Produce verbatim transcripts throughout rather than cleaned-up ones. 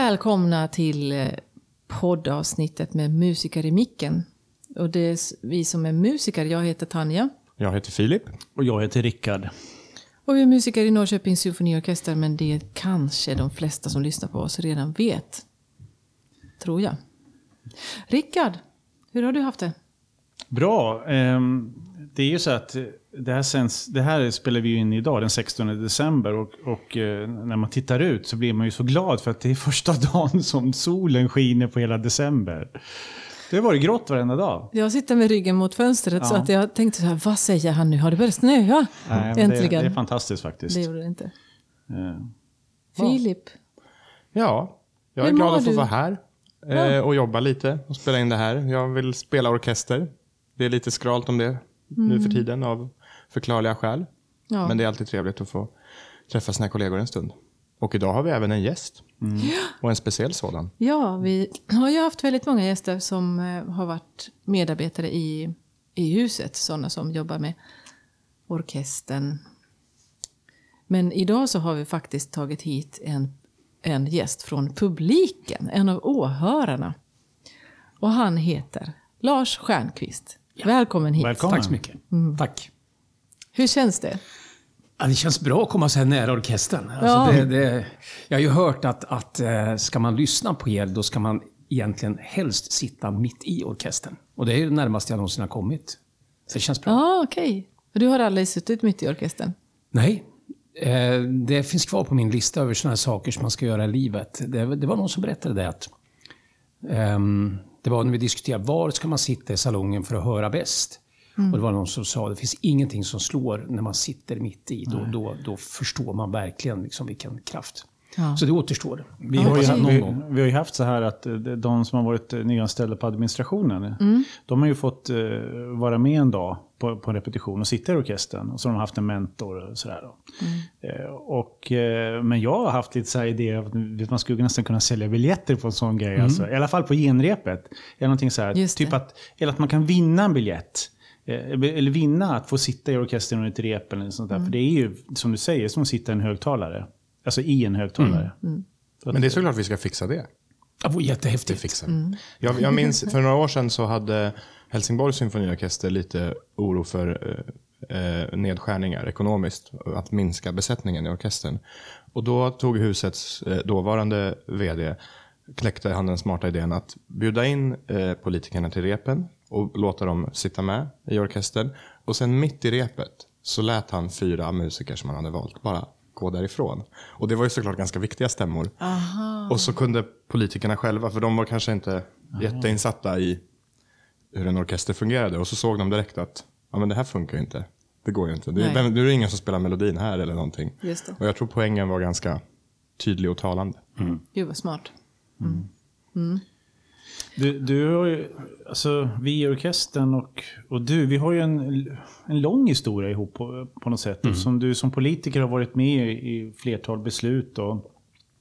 Välkomna till poddavsnittet med musiker i micken. Och det är vi som är musiker. Jag heter Tanja. Jag heter Filip. Och jag heter Rickard. Och vi är musiker i Norrköpings symfoniorkester, men det kanske de flesta som lyssnar på oss redan vet. Tror jag. Rickard, hur har du haft det? Bra. Det är ju så att det här, sänds, det här spelar vi ju in idag den sextonde december. Och, och när man tittar ut så blir man ju så glad för att det är första dagen som solen skiner på hela december. Det var det grått varenda dag. Jag sitter med ryggen mot fönstret, ja. Så att jag tänkte så här, vad säger han nu? Har det börjat snöa? Nej, men Äntligen. Det, det är fantastiskt faktiskt. Det gjorde det inte. Uh, Filip? Ja, jag är Hur glad att få du? vara här eh, och jobba lite och spela in det här. Jag vill spela orkester. Det är lite skralt om det mm. nu för tiden av förklarliga skäl. Ja. Men det är alltid trevligt att få träffa sina kollegor en stund. Och idag har vi även en gäst. Mm. Och en speciell sådan. Ja, vi har ju haft väldigt många gäster som har varit medarbetare i, i huset. Sådana som jobbar med orkestern. Men idag så har vi faktiskt tagit hit en, en gäst från publiken. En av åhörarna. Och han heter Lars Stjernqvist. Ja. Välkommen hit. Välkommen. Tack så mycket. Mm. Tack. Hur känns det? Ja, det känns bra att komma så här nära orkestern. Alltså Ja. det, det, jag har ju hört att, att ska man lyssna på er, då ska man egentligen helst sitta mitt i orkestern. Och det är det närmaste jag någonsin har kommit. Så det känns bra. Ja, okej. Okay. Du har aldrig suttit mitt i orkestern? Nej. Eh, det finns kvar på min lista över sådana här saker som man ska göra i livet. Det, det var någon som berättade det att eh, det var när vi diskuterade var ska man sitta i salongen för att höra bäst. Mm. Och det var någon som sa att det finns ingenting som slår när man sitter mitt i. Då, då, då förstår man verkligen liksom vilken kraft. Ja. Så det återstår. Vi har, ju, vi, vi har ju haft så här att de som har varit nyanställda på administrationen, mm. de har ju fått uh, vara med en dag på, på en repetition och sitta i orkestern. Och så har de haft en mentor och sådär. Mm. Uh, och, uh, men jag har haft lite så här idé att man skulle nästan kunna sälja biljetter på en sån grej. Mm. Alltså. I alla fall på genrepet. Eller någonting så här, typ att, eller att man kan vinna en biljett. Eller vinna att få sitta i orkestern under ett rep eller sånt där. Mm. För det är ju, som du säger, som att sitta i en högtalare. Alltså i en högtalare. Mm. Mm. Men det är såklart vi ska fixa det. Det var jättehäftigt. Det fixar. Mm. Jag, jag minns, för några år sedan så hade Helsingborgs symfoniorkester lite oro för eh, nedskärningar ekonomiskt. Att minska besättningen i orkestern. Och då tog husets eh, dåvarande vd, kläckte han den smarta idén att bjuda in eh, politikerna till repen. Och låta dem sitta med i orkestern. Och sen mitt i repet så lät han fyra musiker som han hade valt bara gå därifrån. Och det var ju såklart ganska viktiga stämmor. Aha. Och så kunde politikerna själva, för de var kanske inte Aha. jätteinsatta i hur en orkester fungerade. Och så såg de direkt att ja, men det här funkar ju inte. Det går ju inte. Det är, nu är det ingen som spelar melodin här eller någonting. Just det. Och jag tror poängen var ganska tydlig och talande. Mm. Gud vad smart. Mm. Mm. Du, du har ju, alltså vi i orkestern och, och du, vi har ju en, en lång historia ihop på, på något sätt. Mm. Som du som politiker har varit med i, i flertal beslut och,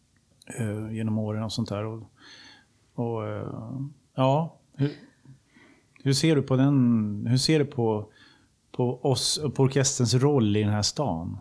uh, genom åren och sånt där. Och, och uh, ja, hur, hur ser du på den, hur ser du på, på oss, på orkesterns roll i den här stan?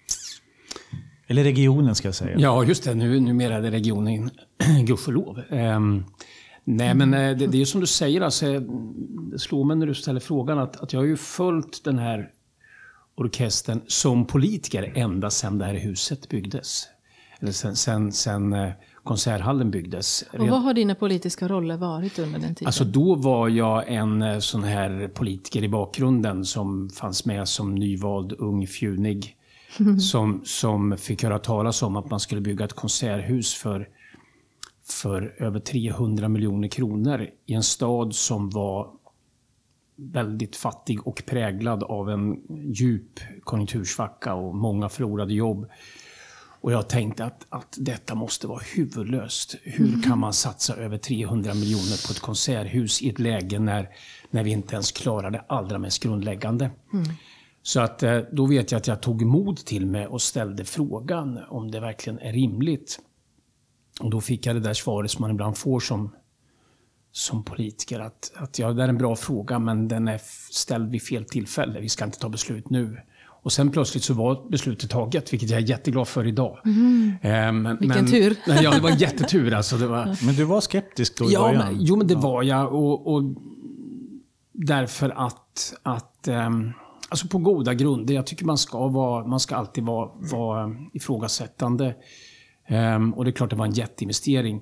Eller regionen ska jag säga. Ja, just det. Nu, numera är det regionen, gudskelov. Um, Nej, men det, det är som du säger, alltså, det slår mig när du ställer frågan att, att jag har ju följt den här orkestern som politiker ända sedan det här huset byggdes. Eller sen, sen, sen konserthallen byggdes. Och vad har dina politiska roller varit under den tiden? Alltså då var jag en sån här politiker i bakgrunden som fanns med som nyvald ung fjunig. Mm. Som, som fick höra talas om att man skulle bygga ett konserthus för för över trehundra miljoner kronor i en stad som var väldigt fattig och präglad av en djup konjunktursvacka och många förlorade jobb. Och jag tänkte att, att detta måste vara huvudlöst. Hur kan man satsa över trehundra miljoner på ett konserthus i ett läge när, när vi inte ens klarar det allra mest grundläggande? Mm. Så att, då vet jag att jag tog mod till mig och ställde frågan om det verkligen är rimligt. Och då fick jag det där svaret som man ibland får som, som politiker. Att, att ja, det är en bra fråga, men den är ställd vid fel tillfälle. Vi ska inte ta beslut nu. Och sen plötsligt så var beslutet taget, vilket jag är jätteglad för idag. Mm. Um, Vilken men, tur. Ja, det var en jättetur. Alltså, det var, Men du var skeptisk då i ja, början? men, jo, men det var jag. Och, och därför att, att um, alltså på goda grunder, jag tycker man ska, vara, man ska alltid vara, vara ifrågasättande. Um, och det är klart det var en jätteinvestering.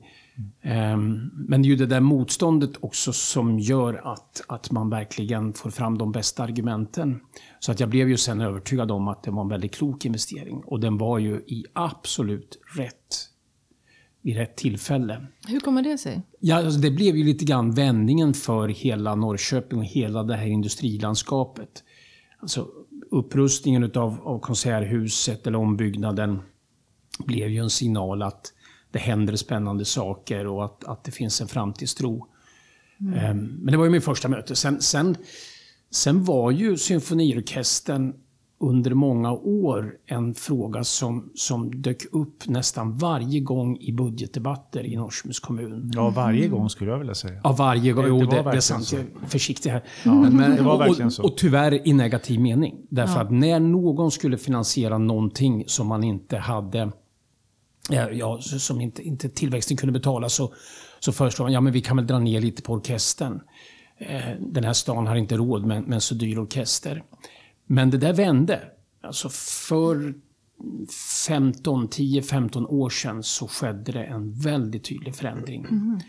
Um, men det är ju det där motståndet också som gör att, att man verkligen får fram de bästa argumenten. Så att jag blev ju sen övertygad om att det var en väldigt klok investering. Och den var ju i absolut rätt, vid rätt tillfälle. Hur kommer det sig? Ja, alltså det blev ju lite grann vändningen för hela Norrköping och hela det här industrilandskapet. Alltså upprustningen utav, av konserthuset eller ombyggnaden blev ju en signal att det händer spännande saker och att, att det finns en framtidstro. Mm. Um, men det var ju min första möte. Sen, sen, sen var ju symfoniorkestern under många år en fråga som, som dök upp nästan varje gång i budgetdebatter i Norrköpings kommun. Ja, varje gång skulle jag vilja säga. Ja, varje gång. Det, Jo, det, det, var det är sant. så. Jag är försiktig här. Ja, men, det var och, verkligen så. Och, och tyvärr i negativ mening. Därför Ja. att när någon skulle finansiera någonting som man inte hade, ja, som inte, inte tillväxten kunde betala, så, så föreslår man, ja men vi kan väl dra ner lite på orkestern. Eh, den här stan har inte råd med, med en så dyr orkester. Men det där vände. Alltså för femton, tio femton år sedan så skedde det en väldigt tydlig förändring.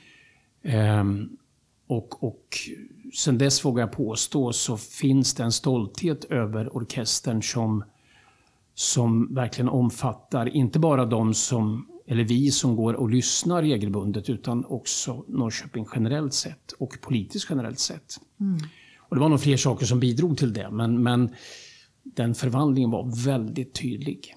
Mm. Um, och, och sen dess vågar jag påstå så finns det en stolthet över orkestern som, som verkligen omfattar inte bara de som, eller vi som går och lyssnar regelbundet, utan också Norrköping generellt sett och politiskt generellt sett. Mm. Och det var nog fler saker som bidrog till det, men, men den förvandlingen var väldigt tydlig.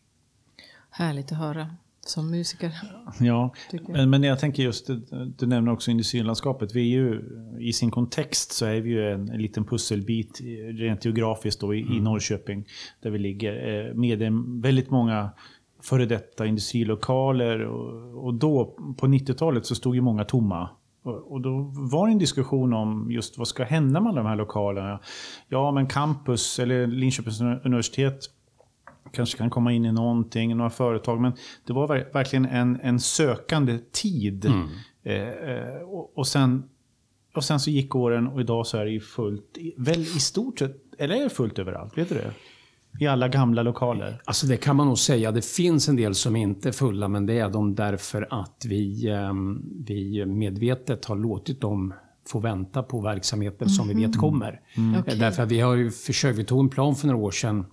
Härligt att höra som musiker. Ja, men, men jag tänker just, du nämner också industrilandskapet. Vi är ju, i sin kontext så är vi ju en, en liten pusselbit rent geografiskt då, i, mm. i Norrköping där vi ligger. Med en, väldigt många före detta industrilokaler. Och, och då på nittiotalet så stod ju många tomma. Och då var det en diskussion om just vad ska hända med de här lokalerna. Ja, men campus eller Linköpings universitet kanske kan komma in i någonting, några företag. Men det var verkligen en, en sökande tid. Mm. Eh, och, och, sen, och sen så gick åren och idag så är det ju fullt, väl i stort sett, eller är det fullt överallt, vet du det? I alla gamla lokaler. Alltså det kan man nog säga. Det finns en del som inte är fulla, men det är de därför att vi, vi medvetet har låtit dem få vänta på verksamheter som mm. vi vet kommer. Mm. Okay. Därför att vi har ju försökt, vi tog en plan för några år sedan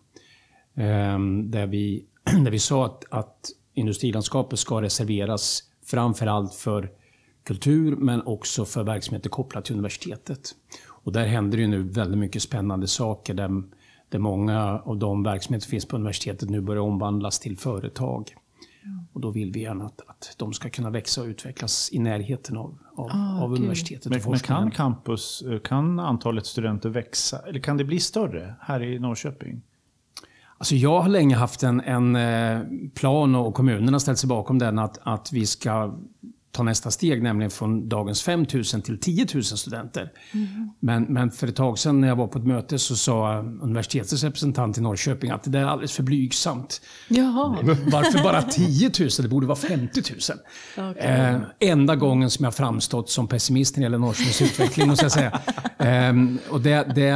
där vi, där vi sa att, att industrilandskapet ska reserveras framförallt för kultur men också för verksamheter kopplat till universitetet. Och där händer ju nu väldigt mycket spännande saker där där många av de verksamheter som finns på universitetet nu börjar omvandlas till företag. Mm. Och då vill vi gärna att, att de ska kunna växa och utvecklas i närheten av, av, ah, av okay. universitetet. Men, men kan campus, kan antalet studenter växa? Eller kan det bli större här i Norrköping? Alltså jag har länge haft en, en plan och kommunerna har ställt sig bakom den att, att vi ska ta nästa steg, nämligen från dagens fem tusen till tio tusen studenter. Mm. Men, men för ett tag sedan när jag var på ett möte så sa universitetets representant i Norrköping att det där är alldeles för blygsamt. Jaha. Varför bara tio tusen? Det borde vara femtio tusen. Okay. Eh, enda gången som jag framstått som pessimist när det gäller Norrköpings utveckling, måste jag säga. Eh, och det... det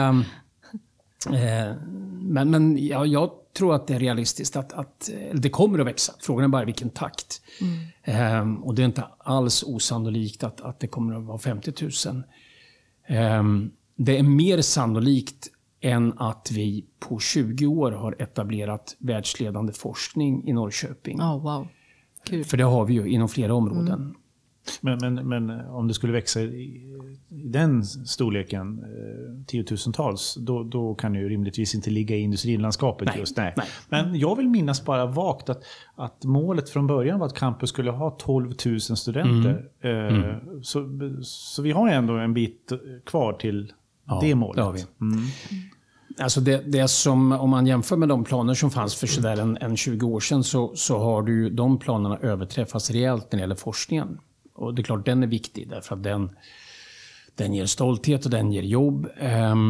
eh, men men ja, jag tror att det är realistiskt att, att det kommer att växa. Frågan är bara vilken takt. Mm. Um, och det är inte alls osannolikt att, att det kommer att vara femtio tusen. Um, det är mer sannolikt än att vi på tjugo år har etablerat världsledande forskning i Norrköping. Oh, wow. Kul. För det har vi ju inom flera områden. Mm. Men, men, men om det skulle växa i, i den storleken, eh, tiotusentals, då, då kan det ju rimligtvis inte ligga i industrilandskapet nej, just. Nej. nej. Men jag vill minnas bara vagt att, att målet från början var att campus skulle ha tolv tusen studenter. Mm. Eh, mm. Så, så vi har ändå en bit kvar till ja, det målet. Det har vi. Mm. Alltså det, det som, om man jämför med de planer som fanns för sådär en, en tjugo år sedan så, så har du de planerna överträffats rejält när det gäller forskningen. Och det är klart den är viktig därför att den, den ger stolthet och den ger jobb. Um,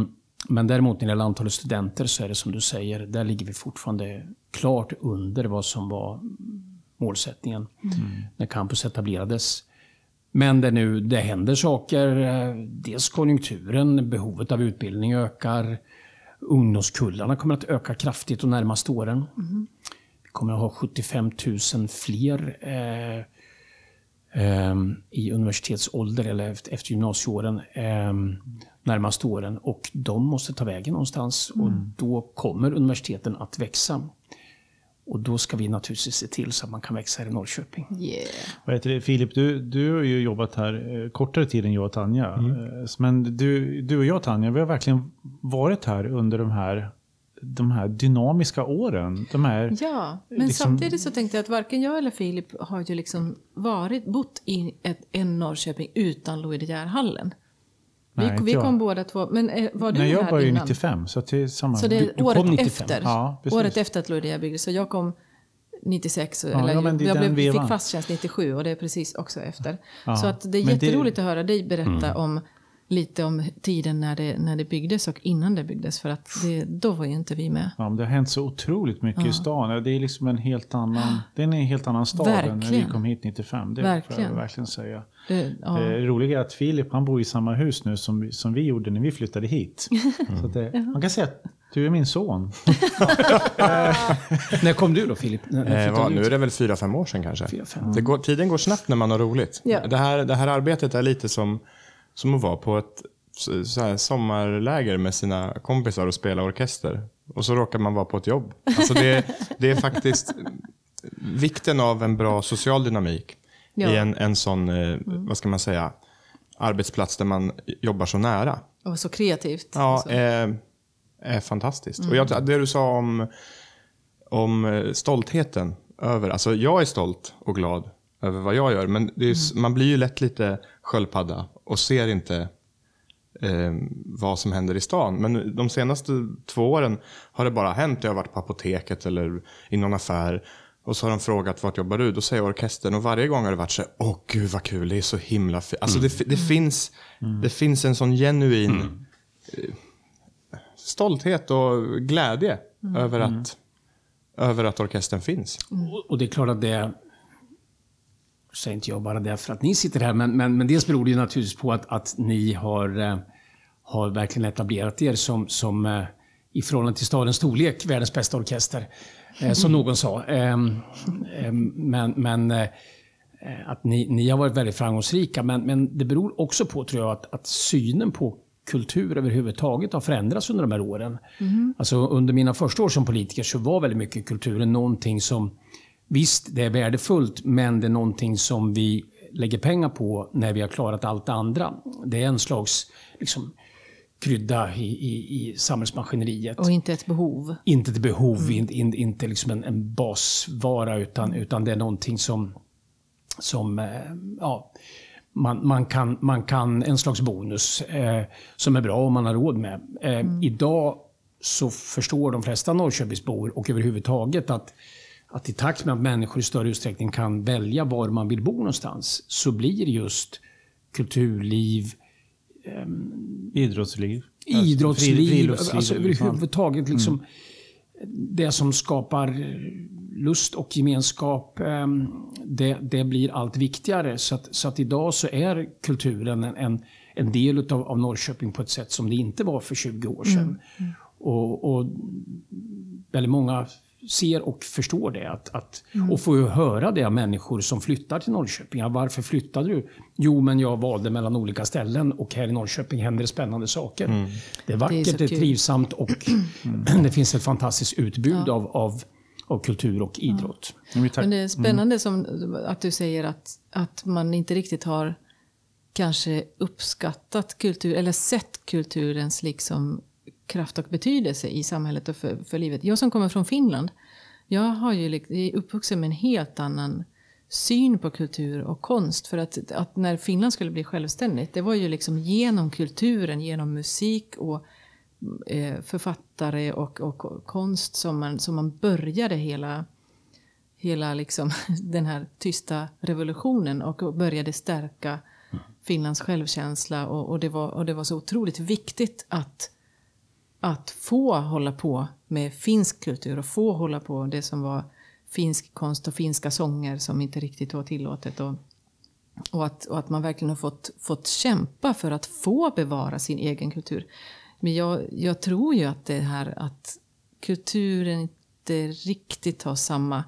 Men däremot när det gäller antalet studenter så är det som du säger, där ligger vi fortfarande klart under vad som var målsättningen mm. när campus etablerades. Men det nu det händer saker, dels konjunkturen, behovet av utbildning ökar, ungdomskullarna kommer att öka kraftigt de närmaste åren. Mm. Vi kommer att ha sjuttiofem tusen fler eh, eh, i universitetsålder eller efter, efter gymnasieåren eh, närmaste åren, och de måste ta vägen någonstans mm. och då kommer universiteten att växa. Och då ska vi naturligtvis se till så att man kan växa här i Norrköping. Yeah. Vad heter det? Filip, du, du har ju jobbat här eh, kortare tid än jag och Tanja. Mm. Eh, men du, du och jag, Tanja, vi har verkligen varit här under de här, de här dynamiska åren. De här, ja, men liksom... samtidigt så tänkte jag att varken jag eller Filip har ju liksom varit, bott i ett, en Norrköping utan Louis De Geer-hallen. Vi, Nej, vi kom båda två. Men var du Nej, jag här började innan? nittiofem. Så, till samma... så det är du, du året nittiofem. efter. Ja, året efter att Louis De Geer byggdes. Så jag kom nittiosex. Ja, eller ja, men jag blev, fick fast tjänst nittiosju och det är precis också efter. Ja, så att det är jätteroligt det... att höra dig berätta mm. om lite om tiden när det, när det byggdes och innan det byggdes. För att det, då var ju inte vi med. Ja, men det har hänt så otroligt mycket ja. i stan. Det är liksom en helt annan, det är en helt annan stad verkligen. än när vi kom hit nittiofem. Det verkligen. får jag verkligen säga. Det, ja. det roliga är att Filip, han bor i samma hus nu som, som vi gjorde när vi flyttade hit. Mm. Så att det, man kan säga att du är min son. När kom du då, Filip? När, eh, va, nu är det väl fyra, fem år sedan kanske. Fyra, fem. Det går, tiden går snabbt när man har roligt. Ja. Det, här, det här arbetet är lite som, som att vara på ett så här, sommarläger med sina kompisar och spela orkester. Och så råkar man vara på ett jobb. Alltså det, det är faktiskt vikten av en bra social dynamik ja. i en, en sån, eh, mm. vad ska man säga, arbetsplats där man jobbar så nära. Och så kreativt. Ja, är, är fantastiskt. Mm. Och jag, det du sa om, om stoltheten över, alltså jag är stolt och glad över vad jag gör, men det är, mm. man blir ju lätt lite sköldpadda och ser inte eh, vad som händer i stan. Men de senaste två åren har det bara hänt. Jag har varit på apoteket eller i någon affär och så har de frågat vart jobbar du? Då säger orkestern, och varje gång har det varit så här, åh gud vad kul, det är så himla fint. Alltså det, det, finns, mm. det finns en sån genuin mm. eh, stolthet och glädje mm. över, att, mm. över att orkestern finns. Mm. Och det är klart att det, säger inte jag bara det för att ni sitter här, men, men, men dels beror det ju naturligtvis på att, att ni har, eh, har verkligen etablerat er som, som eh, i förhållande till stadens storlek, världens bästa orkester, eh, som någon sa. Eh, eh, men men eh, att ni, ni har varit väldigt framgångsrika, men, men det beror också på, tror jag, att, att synen på kultur överhuvudtaget har förändrats under de här åren. Mm. Alltså under mina första år som politiker så var väldigt mycket kulturen någonting som, visst det är värdefullt, men det är någonting som vi lägger pengar på när vi har klarat allt det andra. Det är en slags liksom, krydda i, i, i samhällsmaskineriet. Och inte ett behov. Inte ett behov, mm. inte, inte, inte liksom en, en basvara, utan, utan det är någonting som, som eh, ja, man, man, kan, man kan, en slags bonus eh, som är bra om man har råd med. Eh, mm. Idag så förstår de flesta Norrköpingsbor och överhuvudtaget att att i takt med att människor i större utsträckning kan välja var man vill bo någonstans, så blir just kulturliv, eh, idrottsliv, idrottsliv, fri, friluftsliv, alltså överhuvudtaget liksom mm. det som skapar lust och gemenskap, eh, det, det blir allt viktigare. Så att, så att idag så är kulturen en, en, en del utav, av Norrköping på ett sätt som det inte var för tjugo år sedan. Mm. Mm. Och, och väldigt många ser och förstår det. Att, att, mm. Och får ju höra det av människor som flyttar till Norrköping. Ja, varför flyttade du? Jo, men jag valde mellan olika ställen och här i Norrköping händer det spännande saker. Mm. Det är vackert, det är, det är trivsamt och mm. det finns ett fantastiskt utbud ja. av, av, av kultur och idrott. Ja. Men det är spännande mm. som att du säger att, att man inte riktigt har kanske uppskattat kultur eller sett kulturens liksom kraft och betydelse i samhället och för, för livet. Jag som kommer från Finland, jag har ju jag är uppvuxen med en helt annan syn på kultur och konst. För att, att när Finland skulle bli självständigt, det var ju liksom genom kulturen, genom musik och eh, författare och, och konst som man, som man började hela, hela liksom, den här tysta revolutionen och började stärka Finlands självkänsla. Och, och, det var, och det var så otroligt viktigt att att få hålla på med finsk kultur och få hålla på det som var finsk konst och finska sånger som inte riktigt var tillåtet. Och, och, att, och att man verkligen har fått, fått kämpa för att få bevara sin egen kultur. Men jag, jag tror ju att det här att kulturen inte riktigt har samma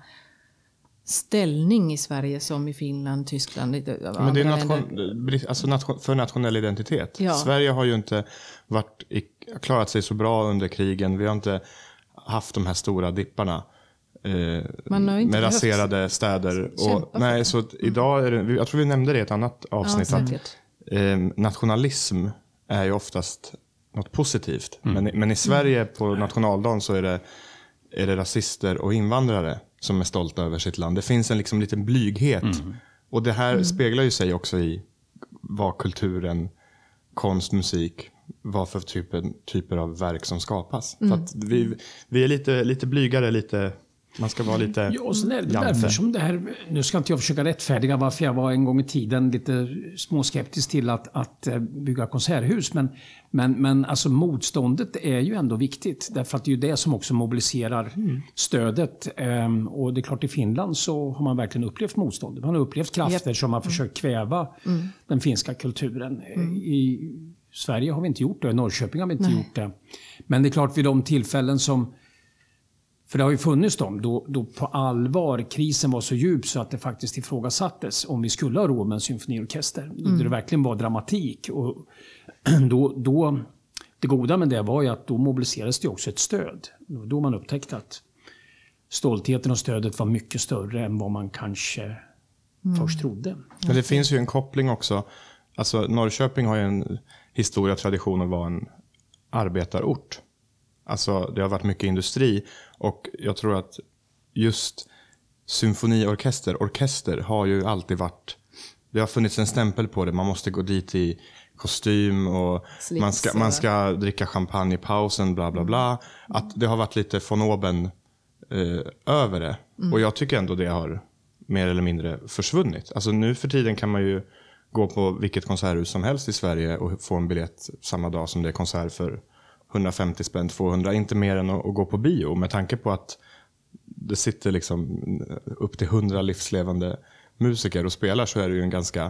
ställning i Sverige som i Finland, Tyskland. Men det är nation, alltså nation, för nationell identitet. Ja. Sverige har ju inte varit, klarat sig så bra under krigen. Vi har inte haft de här stora dipparna. Eh, Man har inte med behövt raserade städer. kämpa Och, för nej, det. så att idag är det, jag tror vi nämnde det i ett annat avsnitt. Ja, att, säkert. eh, nationalism är ju oftast något positivt. Mm. Men, men i Sverige på nationaldagen så är det, är det rasister och invandrare som är stolta över sitt land. Det finns en liksom liten blyghet. Mm. Och det här mm. speglar ju sig också i vad kulturen, konst, musik, vad för typen, typer av verk som skapas. Mm. För att vi, vi är lite, lite blygare, lite... Man ska vara lite... Ja, och sen är det därför som det här... Nu ska inte jag försöka rättfärdiga varför jag var en gång i tiden lite småskeptisk till att, att bygga konserthus. Men, men, men alltså motståndet är ju ändå viktigt. Därför att det är ju det som också mobiliserar mm. stödet. Um, och det är klart i Finland så har man verkligen upplevt motståndet. Man har upplevt krafter yep. som har försökt kväva mm. den finska kulturen. Mm. I Sverige har vi inte gjort det. I Norrköping har vi inte Nej. gjort det. Men det är klart vid de tillfällen som... För det har ju funnits dem då, då på allvar krisen var så djup så att det faktiskt ifrågasattes om vi skulle ha råd med en symfoniorkester. Mm. Där det verkligen var dramatik. Och då, då, det goda med det var ju att då mobiliserades det också ett stöd. Då man upptäckte att stoltheten och stödet var mycket större än vad man kanske mm. först trodde. Men det finns ju en koppling också. Alltså Norrköping har ju en historia och tradition att vara en arbetarort. Alltså det har varit mycket industri och jag tror att just symfoniorkester, orkester har ju alltid varit, det har funnits en stämpel på det, man måste gå dit i kostym och man ska, man ska dricka champagne i pausen, bla bla bla. Att det har varit lite von oben eh, över det. Mm. Och jag tycker ändå det har mer eller mindre försvunnit. Alltså nu för tiden kan man ju gå på vilket konserthus som helst i Sverige och få en biljett samma dag som det är konsert för hundrafemtio spänn, tvåhundra, inte mer än att, att gå på bio. Med tanke på att det sitter liksom upp till hundra livslevande musiker och spelar så är det ju en ganska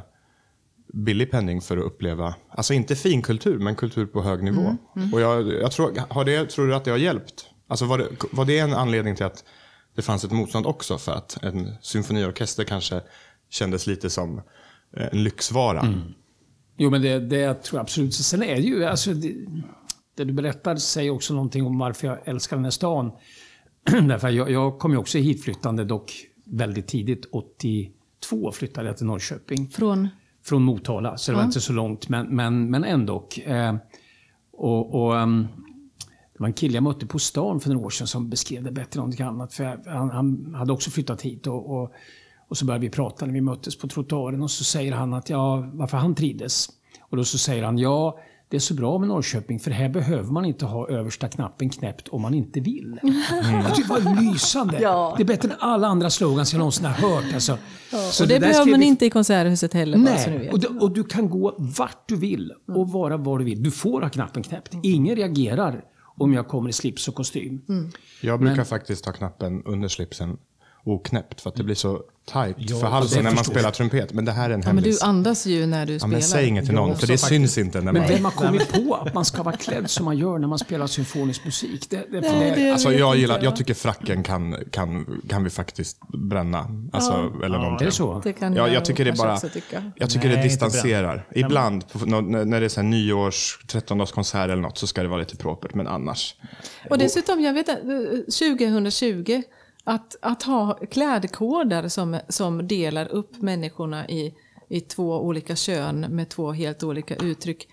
billig penning för att uppleva, alltså inte fin kultur, men kultur på hög nivå. Mm, mm. Och jag, jag tror, har det, tror du att det har hjälpt? Alltså var det, var det en anledning till att det fanns ett motstånd också för att en symfoniorkester kanske kändes lite som en lyxvara? Mm. Jo, men det, det tror jag absolut. Sen är det ju, alltså det, det du berättar säger också någonting om varför jag älskar den här stan. Därför jag, jag kom ju också hitflyttande dock väldigt tidigt. åttiotvå flyttade jag till Norrköping. Från? Från Motala, så det ja. var inte så långt. Men, men, men ändå. Eh, och, och, um, det var en kille jag mötte på stan för några år sedan som beskrev det bättre än något annat. För jag, han, han hade också flyttat hit och, och, och så började vi prata när vi möttes på trottoaren. Och så säger han att ja, varför han trivdes. Och då så säger han, ja, det är så bra med Norrköping för här behöver man inte ha översta knappen knäppt om man inte vill. Mm. Jag tycker det var lysande. Ja. Det är bättre än alla andra slogans jag någonsin har hört. Alltså. Ja, så och det, det behöver man vi... inte i konserthuset heller. Nej, så vet. Och, du, och du kan gå vart du vill och vara var du vill. Du får ha knappen knäppt. Ingen reagerar om jag kommer i slips och kostym. Mm. Jag brukar Men... faktiskt ha knappen under slipsen oknäppt för att det blir så tajt ja, för halsen när man spelar trumpet. Men det här är en ja, hemlis. Men du andas ju när du ja, spelar. Men säg inget till någon, för det syns faktiskt inte. När men man... vem har kommit på att man ska vara klädd som man gör när man spelar symfonisk musik? Det, det, Nej, det, alltså, jag, gillar, jag tycker fracken kan, kan, kan vi faktiskt bränna. Alltså, ja. eller ja, det är så. Det kan ja, jag, jag tycker det bara... Tycka. Jag tycker Nej, det distanserar. Det Ibland, på, när, när det är så här nyårs, trettondagskonsert eller något så ska det vara lite propert, men annars. Och dessutom, jag vet tjugohundratjugo Att, att ha klädkoder som, som delar upp människorna i, i två olika kön med två helt olika uttryck.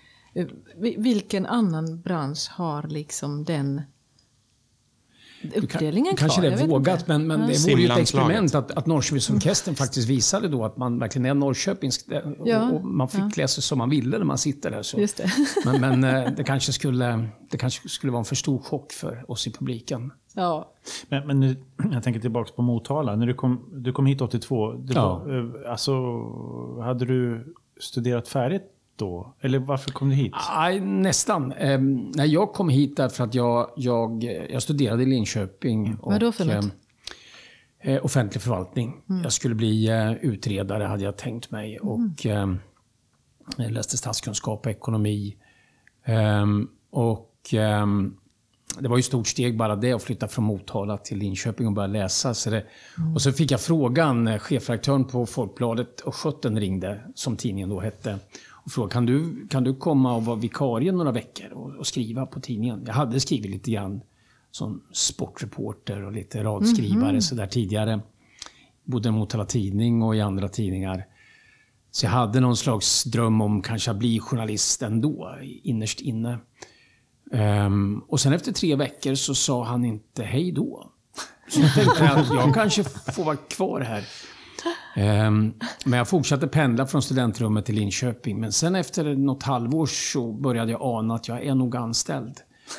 Vilken annan bransch har liksom den uppdelningen kan, kvar? Kanske det är vågat, men, men det vore ju ett experiment att, att Norrköpingsorkestern faktiskt visade då att man verkligen är norrköpingsk. Och, ja, och man fick ja. läsa som man ville när man sitter där. Så. Just det. men men det, kanske skulle, det kanske skulle vara en för stor chock för oss i publiken. Ja. Men, men nu, jag tänker tillbaka på Motala. När du kom, du kom hit åttiotvå, det ja. var, alltså, hade du studerat färdigt då? Eller varför kom du hit? Aj, nästan. Eh, när jag kom hit därför att jag, jag, jag studerade i Linköping. Mm. Vad då för något? Eh, offentlig förvaltning. Mm. Jag skulle bli eh, utredare hade jag tänkt mig. Mm. Och eh, jag läste statskunskap och ekonomi. Eh, och eh, det var ju ett stort steg bara det att flytta från Motala till Linköping och börja läsa. Så det, mm. Och så fick jag frågan, chefredaktören på Folkbladet och Skötten ringde, som tidningen då hette. Och frågade, kan du, kan du komma och vara vikarie några veckor och, och skriva på tidningen? Jag hade skrivit lite grann som sportreporter och lite radskrivare mm. så där tidigare. Bodde i Motala tidning och i andra tidningar. Så jag hade någon slags dröm om kanske att bli journalist ändå, innerst inne. Um, och sen efter tre veckor så sa han inte hej då. Så jag tänkte att jag kanske får vara kvar här. Um, men jag fortsatte pendla från studentrummet till Linköping. Men sen efter något halvår så började jag ana att jag är nog anställd.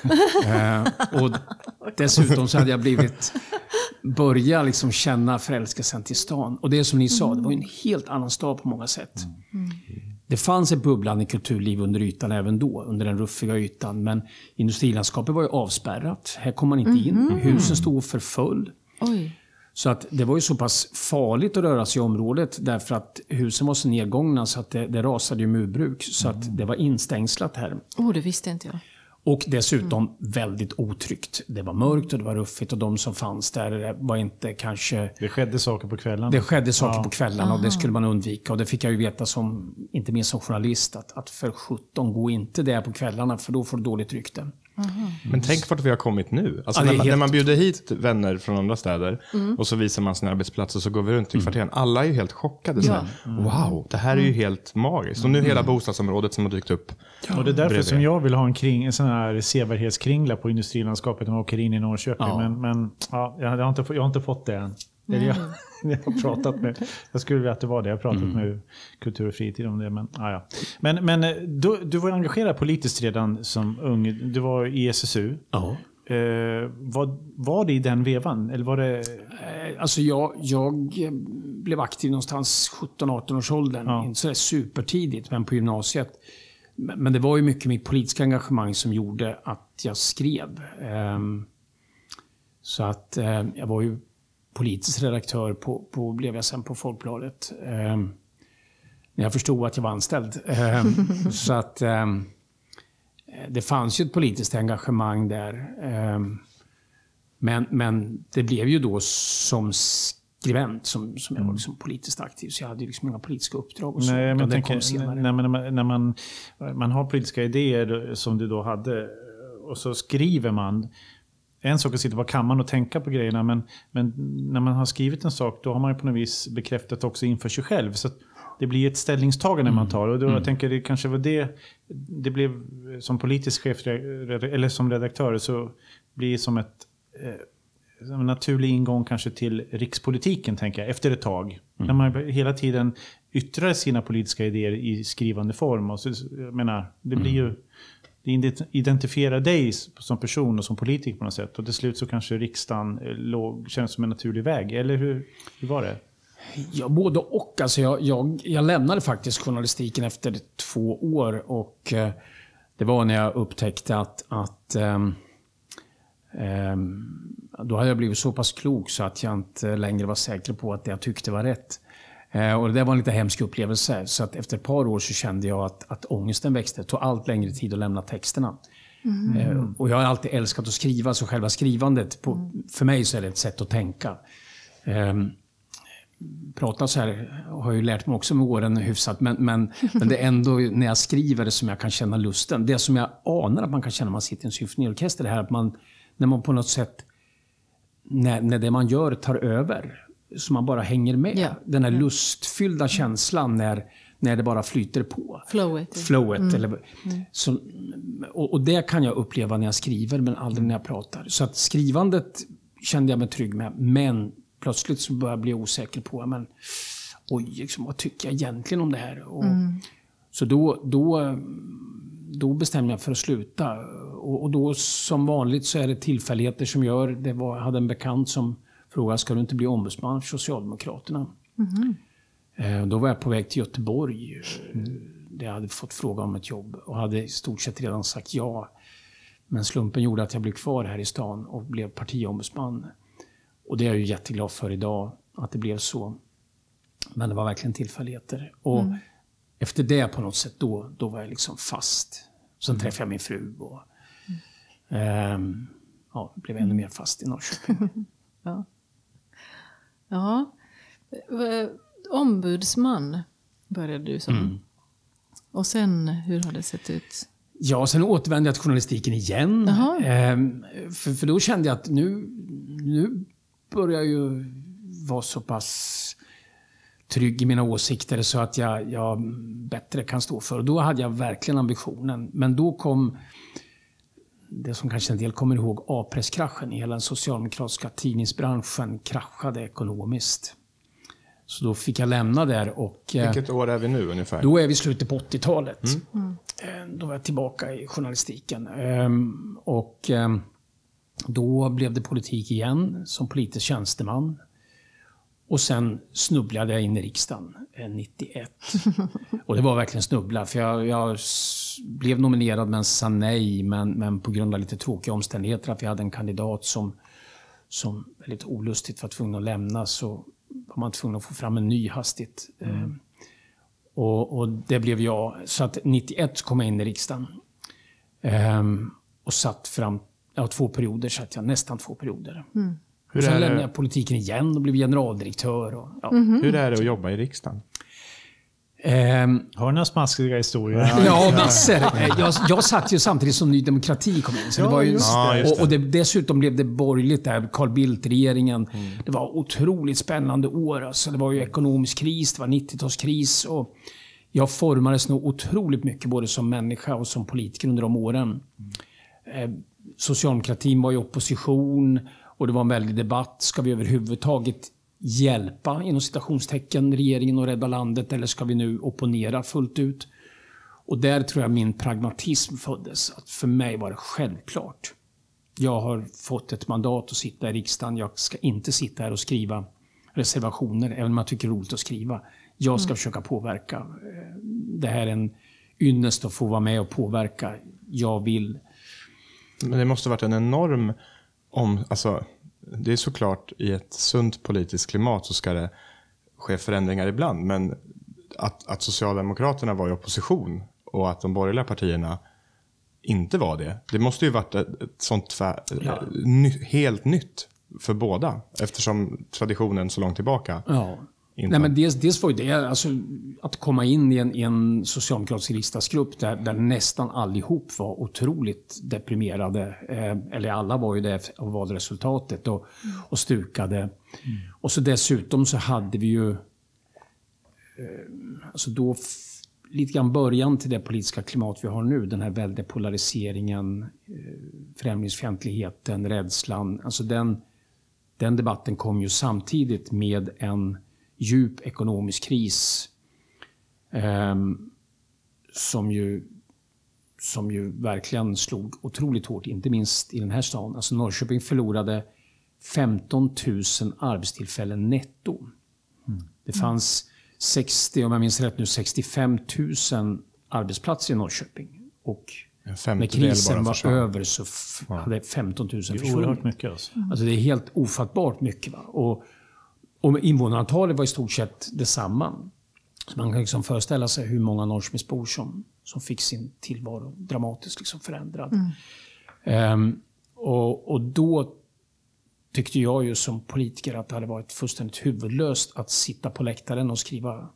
uh, och dessutom så hade jag blivit börja liksom känna förälskelsen till stan. Och det är som ni sa, det var en helt annan stad på många sätt. Mm. Det fanns ett bubblande kulturliv under ytan även då, under den ruffiga ytan. Men industrilandskapet var ju avspärrat. Här kom man inte in. Mm. Husen stod för full. Oj. Så att det var ju så pass farligt att röra sig i området. Därför att husen var så nedgångna så att det, det rasade ju murbruk. Så mm. att det var instängslat här. Åh, oh, det visste inte jag. Och dessutom mm. väldigt otryggt. Det var mörkt och det var ruffigt och de som fanns där var inte kanske... Det skedde saker på kvällarna. Det skedde saker ja. på kvällarna och det skulle man undvika. Och det fick jag ju veta som, inte minst som journalist, att, att för sjutton gå inte där på kvällarna för då får du dåligt rykte. Mm. Men tänk vart vi har kommit nu. Alltså ja, när, man, helt... när man bjuder hit vänner från andra städer mm. och så visar man sina arbetsplatser så går vi runt i kvarteren. Alla är ju helt chockade. Ja. Mm. Wow, det här är ju helt magiskt. Och nu mm. hela bostadsområdet som har dykt upp. Ja. Och det är därför bredvid. Som jag vill ha en, kring, en sån här sevärdhetskringla på industrilandskapet när man åker in i Norrköping. Ja. Men, men ja, jag, har inte, jag har inte fått det än. Mm. Jag, jag har pratat med, jag skulle vilja att det var det. Jag har pratat mm. med Kultur och fritid om det. Men, ah, ja. men, men du, du var engagerad politiskt redan som ung. Du var i S S U. Ja. Eh, vad var det i den vevan? Eller var det... Alltså jag, jag blev aktiv någonstans sjutton arton års åldern. Ja. Inte så supertidigt, men på gymnasiet. Men det var ju mycket mitt politiska engagemang som gjorde att jag skrev. Um, så att um, jag var ju politisk redaktör på, på, blev jag sen på Folkbladet. Um, när jag förstod att jag var anställd. Um, så att um, det fanns ju ett politiskt engagemang där. Um, men, men det blev ju då som skribent som, som jag var liksom politiskt aktiv. Så jag hade ju liksom inga politiska uppdrag. Och så. Nej, men tänker, när, man, när, man, när man, man har politiska idéer som du då hade och så skriver man. En sak att sitta på kammaren och tänka på grejerna, men, men när man har skrivit en sak då har man ju på något vis bekräftat också inför sig själv. Så det blir ett ställningstagande mm. man tar. Och då mm. jag tänker det kanske var det, det blev som politisk chef eller som redaktör så blir som ett eh, en naturlig ingång kanske till rikspolitiken tänker jag, efter ett tag. Mm. När man hela tiden yttrar sina politiska idéer i skrivande form. Och så, jag menar, det blir ju det identifierar dig som person och som politiker på något sätt. Och till slut så kanske riksdagen låg, känns som en naturlig väg. Eller hur, hur var det? Ja, både och. Alltså jag, jag, jag lämnade faktiskt journalistiken efter två år. Och eh, det var när jag upptäckte att, att eh, eh, då hade jag blivit så pass klok så att jag inte längre var säker på att det jag tyckte var rätt. Och det var en lite hemsk upplevelse. Så att efter ett par år så kände jag att, att ångesten växte. Det tog allt längre tid att lämna texterna. Mm. Och jag har alltid älskat att skriva. Så själva skrivandet, på, mm. för mig så är det ett sätt att tänka. Um, prata så här har jag ju lärt mig också med åren hyfsat. Men, men, men det är ändå när jag skriver det som jag kan känna lusten. Det som jag anar att man kan känna när man sitter i en symfoniorkester. Det här att man, när man på något sätt, när, när det man gör tar över. Så man bara hänger med. Yeah. Den här lustfyllda känslan när, när det bara flyter på. Flowet. Flowet. Mm. Eller, mm. Så, och, och det kan jag uppleva när jag skriver men aldrig när jag pratar. Så att skrivandet kände jag mig trygg med. Men plötsligt så började jag bli osäker på men, oj, liksom, vad tycker jag egentligen om det här? Och, mm. Så då, då, då bestämde jag för att sluta. Och, och då som vanligt så är det tillfälligheter som gör. Det var, jag hade en bekant som frågade, ska du inte bli ombudsman för Socialdemokraterna? Mm. Eh, då var jag på väg till Göteborg. Mm. där jag hade fått fråga om ett jobb och hade i stort sett redan sagt ja. Men slumpen gjorde att jag blev kvar här i stan och blev partiombudsman. Och det är jag ju jätteglad för idag, att det blev så. Men det var verkligen tillfälligheter. Och mm. efter det på något sätt, då, då var jag liksom fast. Sen träffade jag min fru och mm. eh, ja, blev ännu mer fast i Norrköping. ja. ja. Ombudsman började du som. Mm. Och sen, hur har det sett ut? Ja, sen återvände jag till journalistiken igen. Eh, för, för då kände jag att nu, nu börjar jag ju vara så pass trygg i mina åsikter så att jag, jag bättre kan stå för. Och då hade jag verkligen ambitionen. Men då kom det som kanske en del kommer ihåg, A-presskraschen. Hela den socialdemokratiska tidningsbranschen kraschade ekonomiskt. Så då fick jag lämna där. Och, vilket år är vi nu ungefär? Då är vi slutet på åttiotalet. Mm. Mm. Då var jag tillbaka i journalistiken. Och då blev det politik igen som politisk tjänsteman. Och sen snubblade jag in i riksdagen nittioett. Och det var verkligen snubbla. För jag, jag blev nominerad men sa nej. Men, men på grund av lite tråkiga omständigheter. Att vi hade en kandidat som, som väldigt olustigt var tvungen att lämna. Så var man tvungen att få fram en ny hastigt. Mm. Eh, och, och det blev jag. Så att nittioett kom jag in i riksdagen. Eh, och satt fram ja, två perioder. Så att jag nästan två perioder. Mm. Hur sen är lämnade jag politiken igen och blev generaldirektör. Och, ja. Mm-hmm. Hur är det att jobba i riksdagen? Um, Har du några smaskiga historier? Ja, massor. Jag, jag satt ju samtidigt som Ny Demokrati kom in. Så ja, det var ju, ja, och och det, dessutom blev det borgerligt där. Carl Bildt-regeringen. Mm. Det var otroligt spännande år. Alltså, det var ju ekonomisk kris, det var nittiotalskris. Och jag formades nog otroligt mycket både som människa och som politiker under de åren. Mm. Eh, socialdemokratin var i opposition. Och det var en väldig debatt. Ska vi överhuvudtaget hjälpa inom citationstecken regeringen och rädda landet eller ska vi nu opponera fullt ut? Och där tror jag min pragmatism föddes. Att för mig var det självklart. Jag har fått ett mandat att sitta i riksdagen. Jag ska inte sitta här och skriva reservationer även om jag tycker det är roligt att skriva. Jag ska mm. försöka påverka. Det här är en ynnest att få vara med och påverka. Jag vill. Men det måste ha varit en enorm om, alltså, det är såklart i ett sunt politiskt klimat så ska det ske förändringar ibland. Men att, att Socialdemokraterna var i opposition och att de borgerliga partierna inte var det. Det måste ju varit ett, ett sånt tvär, ja. ny, helt nytt för båda. Eftersom traditionen så långt tillbaka. Ja. Nej, men dels, dels var ju det alltså, att komma in i en, i en socialdemokratisk riksdagsgrupp där, där nästan allihop var otroligt deprimerade. Eh, eller alla var ju det av valresultatet och, mm. och stukade. Mm. Och så dessutom så hade vi ju eh, alltså då f- lite grann början till det politiska klimat vi har nu. Den här väldiga polariseringen, eh, främlingsfientligheten, rädslan. Alltså den, den debatten kom ju samtidigt med en djup ekonomisk kris eh, som ju som ju verkligen slog otroligt hårt, inte minst i den här stan. Alltså Norrköping förlorade femton tusen arbetstillfällen netto. Mm. Det fanns sextio, om jag minns rätt nu, sextiofem tusen arbetsplatser i Norrköping. Och när krisen var försvann. över så f- ja. hade femton tusen försvunnit. Det är oerhört mycket. Alltså. Mm. Alltså det är helt ofattbart mycket. Va? Och Och invånarantalet var i stort sett detsamma. Så man kan liksom föreställa sig hur många Norrköpingsbor som, som fick sin tillvaro dramatiskt liksom förändrad. Mm. Um, och, och då tyckte jag ju som politiker att det hade varit fullständigt huvudlöst att sitta på läktaren och skriva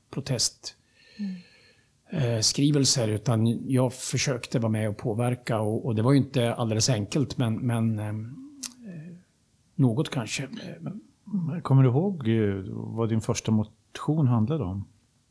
protestskrivelser. Mm. Uh, utan jag försökte vara med och påverka. Och, och det var ju inte alldeles enkelt, men, men um, uh, något kanske. Men, kommer du ihåg vad din första motion handlade om?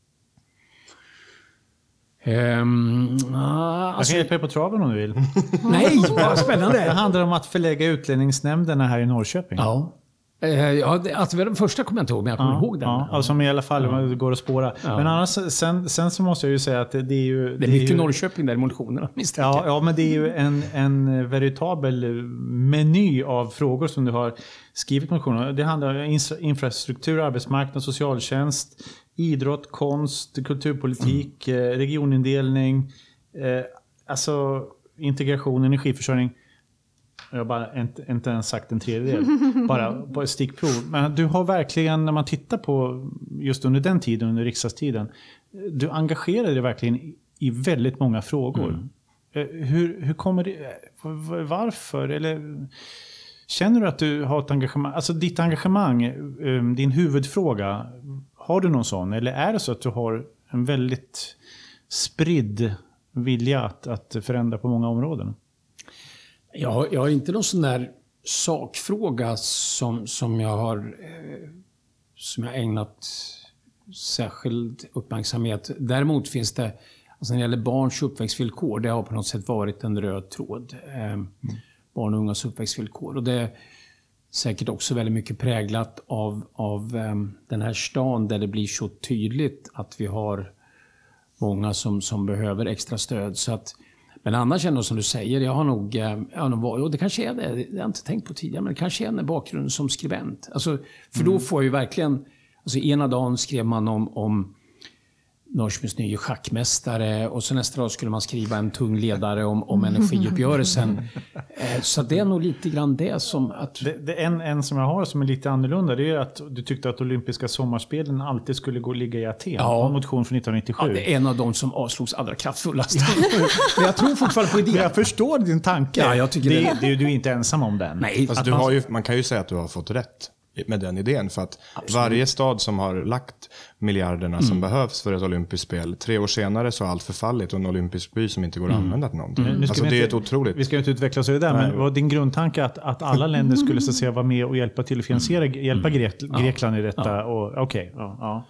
Um, ah, jag alltså, kan hjälpa dig på traven om du vill. Nej, vad spännande. Det handlar om att förlägga utlänningsnämnderna här i Norrköping. Ja. Uh, ja, alltså, den första kommer jag inte ihåg, men jag kommer ja, ihåg den. Ja, alltså i alla fall ja. Det går att spåra. Ja. Men annars, sen, sen så måste jag ju säga att det, det är ju... Det är, det är mycket ju, Norrköping där i motionerna. Ja, ja, men det är ju en, en veritabel meny av frågor som du har skrivit motioner. Det handlar om infrastruktur, arbetsmarknad, socialtjänst, idrott, konst, kulturpolitik, mm. regionindelning, eh, alltså integration, energiförsörjning. Jag har bara inte, inte ens sagt en tredjedel, bara på ett stickprov. Men du har verkligen, när man tittar på just under den tiden, under riksdagstiden, du engagerade dig verkligen i, i väldigt många frågor. Mm. Hur, hur kommer det, varför, eller känner du att du har ett engagemang, alltså ditt engagemang, din huvudfråga, har du någon sån, eller är det så att du har en väldigt spridd vilja att, att förändra på många områden? Jag har, jag har inte någon sån där sakfråga som, som jag har eh, som jag ägnat särskild uppmärksamhet. Däremot finns det, alltså när det gäller barns uppväxtvillkor, det har på något sätt varit en röd tråd. Eh, mm. Barn och ungas uppväxtvillkor. Och det är säkert också väldigt mycket präglat av, av eh, den här stan där det blir så tydligt att vi har många som, som behöver extra stöd. Så att, men annars ändå som du säger, jag har nog, jag har nog varit, och det kanske är det, det har jag inte tänkt på tidigare, men det kanske är en bakgrund som skribent. Alltså, för mm. då får jag ju verkligen, alltså ena dagen skrev man om, om Norrköpings nya schackmästare och så nästa dag skulle man skriva en tung ledare om, om energiuppgörelsen. Så det är nog lite grann det som att... Det, det en, en som jag har som är lite annorlunda, det är att du tyckte att olympiska sommarspelen alltid skulle gå och ligga i Aten. Ja. En motion från nittonhundraåttiosju. Ja, det är en av de som avslogs allra kraftfullast. Men jag tror fortfarande på idén. Jag förstår din tanke. Ja, jag tycker det, det. det, du är inte ensam om den. Nej. Alltså, du har ju, man kan ju säga att du har fått rätt med den idén, för att absolut. Varje stad som har lagt miljarderna mm. som behövs för ett olympiskt spel, tre år senare så har allt förfallit och en olympisk by som inte går att mm. använda till någonting. Mm. Alltså det är ett otroligt... Vi ska ju inte utveckla oss i det där, men var din grundtanke att, att alla länder skulle så att säga vara med och hjälpa till att finansiera, mm. hjälpa Grek, Grekland i detta? Ja. Och, okay, ja, ja.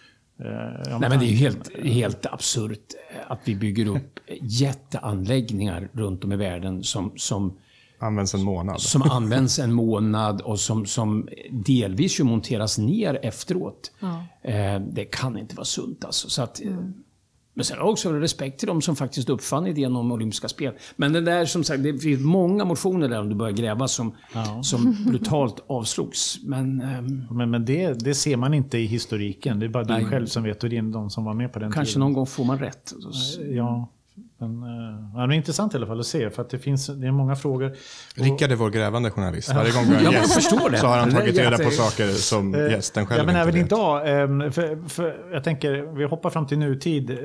Uh, Nej, men det är ju helt, helt absurt att vi bygger upp jätteanläggningar runt om i världen som... som används en månad. Som används en månad och som, som delvis ju monteras ner efteråt. Ja. Eh, det kan inte vara sunt alltså. Så att, mm. Men sen har jag också respekt till de som faktiskt uppfann idén om olympiska spel. Men det där, som sagt, det finns många motioner där om du börjar gräva som, ja. som brutalt avslogs. Men, ehm, men, men det, det ser man inte i historiken. Det är bara nej. Du själv som vet och det är de som var med på den kanske tiden. Någon gång får man rätt. Ja. Men, ja, det är intressant i alla fall att se, för att det finns, det är många frågor. Rickard är vår grävande journalist. Varje gång vi har en gäst förstår det. Så har han tagit reda på saker som gästen själv ja, men även vet. idag, för, för jag tänker, vi hoppar fram till nutid.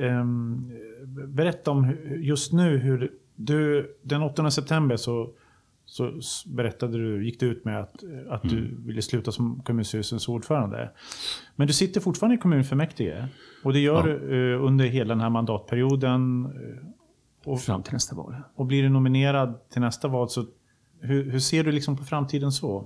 Berätta om just nu hur du, den åttonde september så, så berättade du, gick du ut med att, att du mm. ville sluta som kommunstyrelsens ordförande. Men du sitter fortfarande i kommunfullmäktige. Och det gör ja. du under hela den här mandatperioden. Och, fram till nästa val. Och blir du nominerad till nästa val, så hur, hur ser du liksom på framtiden så?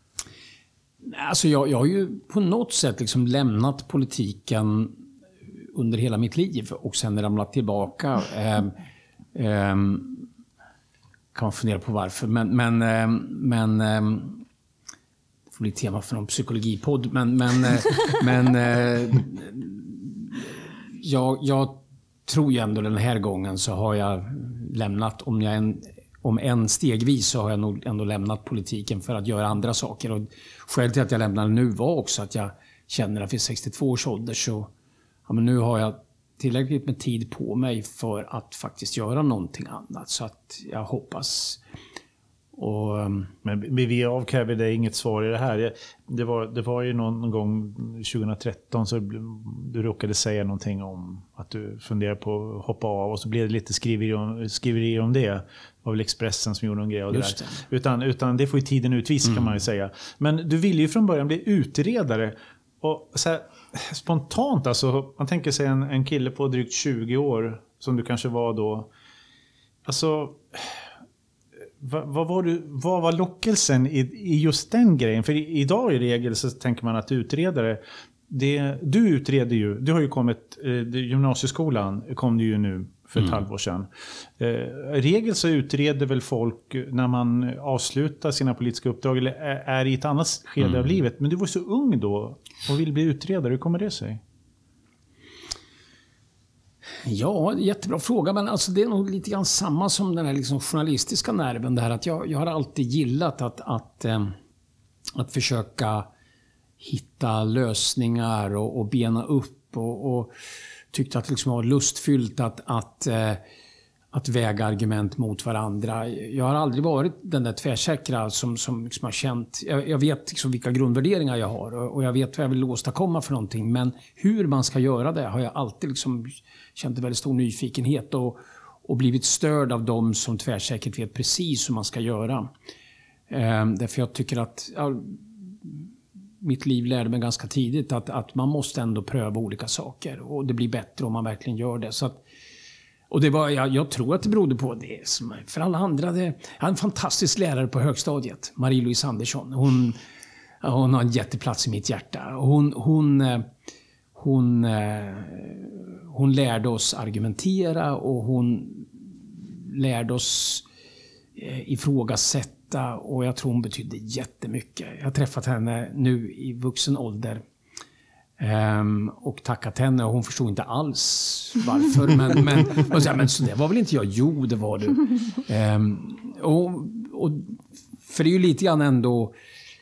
Alltså jag, jag har ju på något sätt liksom lämnat politiken under hela mitt liv och sen ramlat tillbaka. Ähm, ähm, kan man fundera på varför. Men, men, ähm, men ähm, det får bli tema för någon psykologipodd. Men, men, äh, men äh, jag, jag tror ju ändå den här gången så har jag lämnat, om jag en, om en stegvis så har jag nog ändå lämnat politiken för att göra andra saker. Och skälet till att jag lämnade nu var också att jag känner att vid sextiotvå års ålder så ja, men nu har jag tillräckligt med tid på mig för att faktiskt göra någonting annat. Så att jag hoppas. Och, men vi avkräver dig inget svar i det här. Det var, det var ju någon gång tjugohundratretton så du råkade säga någonting om att du funderar på att hoppa av, och så blev det lite skriverier om, skriverier om det. Det var väl Expressen som gjorde någon grej av det där. Det. Utan, utan det får ju tiden utvisa mm. kan man ju säga. Men du ville ju från början bli utredare. Och så här, spontant alltså, man tänker sig en, en kille på drygt tjugo år som du kanske var då. Alltså... Vad, vad, var du, vad var lockelsen i, i just den grejen? För i, idag i regel så tänker man att utredare, det, du utreder ju, du har ju kommit, eh, gymnasieskolan kom du ju nu för ett mm. halvår sedan. Eh, regel så utreder väl folk när man avslutar sina politiska uppdrag eller är, är i ett annat skede mm. av livet. Men du var så ung då och vill bli utredare, hur kommer det sig? Ja, jättebra fråga, men alltså det är nog lite grann samma som den här liksom journalistiska nerven där, att jag, jag har alltid gillat att, att, eh, att försöka hitta lösningar och, och bena upp och, och tyckte att det liksom var lustfyllt att, att, eh, att väga argument mot varandra. Jag har aldrig varit den där tvärsäkra som, som liksom har känt... Jag, jag vet liksom vilka grundvärderingar jag har och, och jag vet vad jag vill åstadkomma för någonting. Men hur man ska göra det har jag alltid liksom känt en väldigt stor nyfikenhet och, och blivit störd av dem som tvärsäkert vet precis hur man ska göra. Eh, därför jag tycker att... Ja, mitt liv lärde mig ganska tidigt att, att man måste ändå pröva olika saker. Och det blir bättre om man verkligen gör det. Så att, och det var, jag, jag tror att det berodde på det. Som för alla andra. Det, jag hade en fantastisk lärare på högstadiet. Marie-Louise Andersson. Hon, hon har en jätteplats i mitt hjärta. Hon, hon, hon, hon lärde oss argumentera. Och hon lärde oss ifrågasätta. Och jag tror hon betydde jättemycket. Jag har träffat henne nu i vuxen ålder. Um, och tackat henne. Och hon förstod inte alls varför. men, men, och så, men så det var väl inte jag? Jo, det var du. Um, och, och, för det är ju lite grann ändå...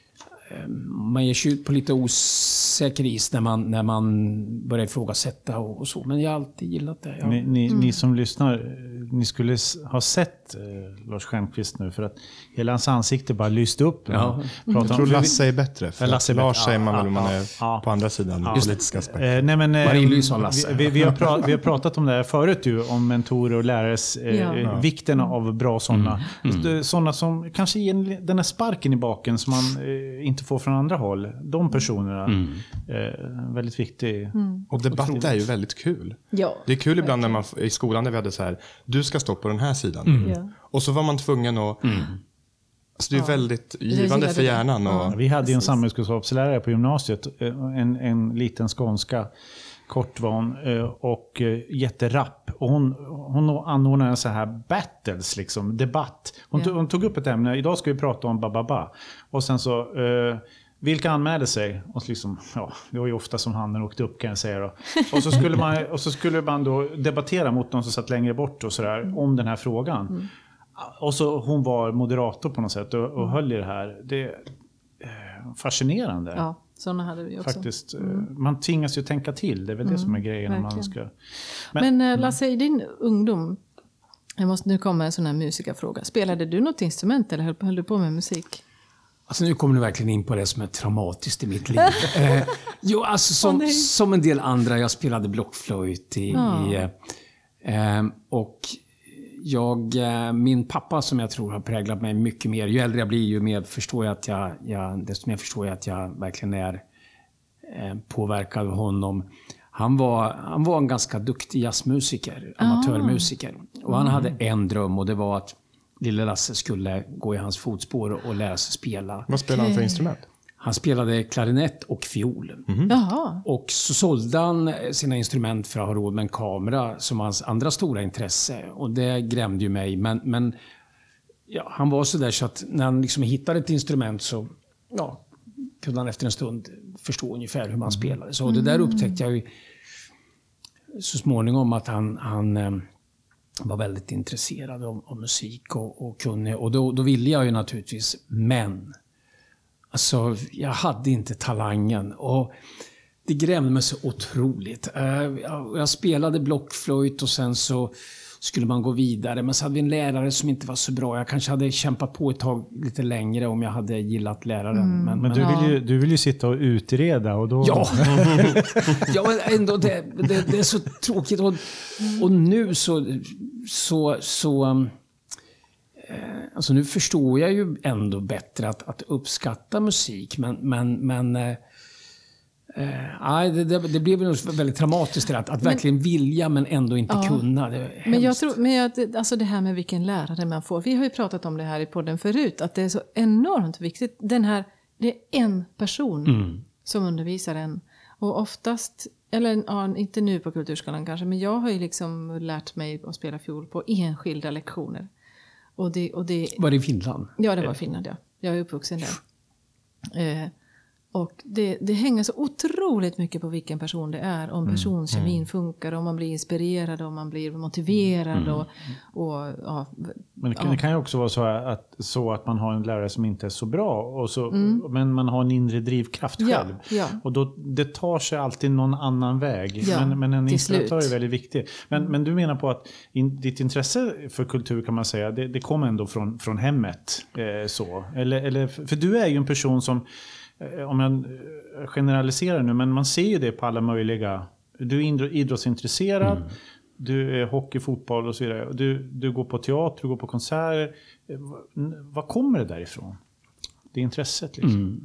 Um, man ger sig ut på lite osäker is när man, när man börjar ifrågasätta och, och så. Men jag har alltid gillat det. Ja. Ni, ni, Mm. ni som lyssnar, ni skulle ha sett eh, Lars Stjernkvist nu. För att hela hans ansikte bara lyste upp. Ja. Jag tror Lasse är bättre. För Ja, Lasse är Lars bättre. säger man väl Ja, om man ja, är ja. på andra sidan. Ja. Politiska aspekter. Eh, nej, men, eh, Marie-Louise och Lasse. vi, vi, har pra- vi har pratat om det här förut ju, om mentorer och lärares eh, Ja. eh, vikten av bra sådana. Mm. Sådana som kanske ger den här sparken i baken som man eh, inte får från andra håll. De personerna. Mm. Eh, väldigt viktig. Mm. Och debatt är ju väldigt kul. Ja. Det är kul ibland när man i skolan där vi hade så här, du ska stå på den här sidan. Mm. Ja. Och så var man tvungen att... Mm. Alltså det är Ja. väldigt Jag givande gillade för det. hjärnan. Och, Ja. Vi hade ju en Precis. samhällskunskapslärare på gymnasiet. eh, En, en liten skånska. Kort var hon eh, och eh, jätterapp. Och hon, hon anordnade så här battles, liksom, debatt. Hon, Ja. tog, hon tog upp ett ämne. Idag ska vi prata om bababa. Och sen så... Eh, vilka anmälde sig? Och så liksom, ja, det var ju ofta som handen åkte upp, kan jag säga då. Och så skulle man, och så skulle man då debattera mot någon som satt längre bort och sådär, mm. om den här frågan. Mm. Och så hon var moderator på något sätt och, och höll i det här. Det är eh, fascinerande. Ja, sådana hade vi också. Faktiskt. Mm. Man tvingas ju tänka till. Det är väl mm. det som är grejen. Om man ska... Men, Men Lasse, i din ungdom, jag måste, nu kommer en sån här musikerfråga. Spelade du något instrument eller höll, höll du på med musik? Alltså nu kommer du verkligen in på det som är traumatiskt i mitt liv. eh, jo, alltså som, oh, som en del andra, jag spelade blockflöjt i... Ja. i eh, och jag, eh, min pappa som jag tror har präglat mig mycket mer. Ju äldre jag blir, ju mer förstår jag att jag... jag desto mer förstår jag att jag verkligen är eh, påverkad av honom. Han var, han var en ganska duktig jazzmusiker, amatörmusiker. Ah. Och han hade en dröm och det var att lille Lasse skulle gå i hans fotspår och lära sig spela. Vad spelade han för instrument? Han spelade klarinett och fiol. Mm. Jaha. Och så sålde han sina instrument för att ha råd med en kamera som hans andra stora intresse. Och det grämde ju mig. Men, men ja, han var så där så att när han liksom hittade ett instrument så ja, kunde han efter en stund förstå ungefär hur man mm. spelade. Så det där upptäckte jag ju så småningom att han... han var väldigt intresserad av, av musik och, och kunde. Och då, då ville jag ju naturligtvis, men alltså, jag hade inte talangen. Och det grämde mig så otroligt. Uh, jag, jag spelade blockflöjt och sen så skulle man gå vidare. Men så hade vi en lärare som inte var så bra. Jag kanske hade kämpat på ett tag lite längre om jag hade gillat läraren. Mm. Men, men du, vill ju, du vill ju sitta och utreda. Och då... Ja, ja men ändå det, det, det är så tråkigt. Och, och nu så... så, så um, eh, alltså nu förstår jag ju ändå bättre att, att uppskatta musik. Men... men, men eh, Eh, det, det, det blev väldigt traumatiskt att, att men, verkligen vilja men ändå inte ja, kunna. Det är men jag tror, men jag, alltså det här med vilken lärare man får. Vi har ju pratat om det här i podden förut. Att det är så enormt viktigt. Den här, det är en person mm. som undervisar en. Och oftast, eller ja, inte nu på kulturskolan kanske. Men jag har ju liksom lärt mig att spela fiol på enskilda lektioner. Och det, och det, var det i Finland? Ja, det var i Finland, ja. Jag är uppvuxen där. Eh, Och det, det hänger så otroligt mycket på vilken person det är. Om personkemin mm. funkar, om man blir inspirerad, om man blir motiverad. Mm. Och, och, ja, men det kan, ja. det kan ju också vara så att, så att man har en lärare som inte är så bra. Och så, mm. men man har en inre drivkraft själv. Ja, ja. Och då, det tar sig alltid någon annan väg. Ja, men, men en inspiratör är väldigt viktig. Men, mm. men du menar på att in, ditt intresse för kultur kan man säga, det, det kommer ändå från, från hemmet. Eh, så. Eller, eller, för du är ju en person som... Om jag generaliserar nu, men man ser ju det på alla möjliga. Du är idrottsintresserad, mm. du är hockey, fotboll och så vidare. Du, du går på teater, du går på konserter. Vad kommer det därifrån? Det intresset liksom. Mm.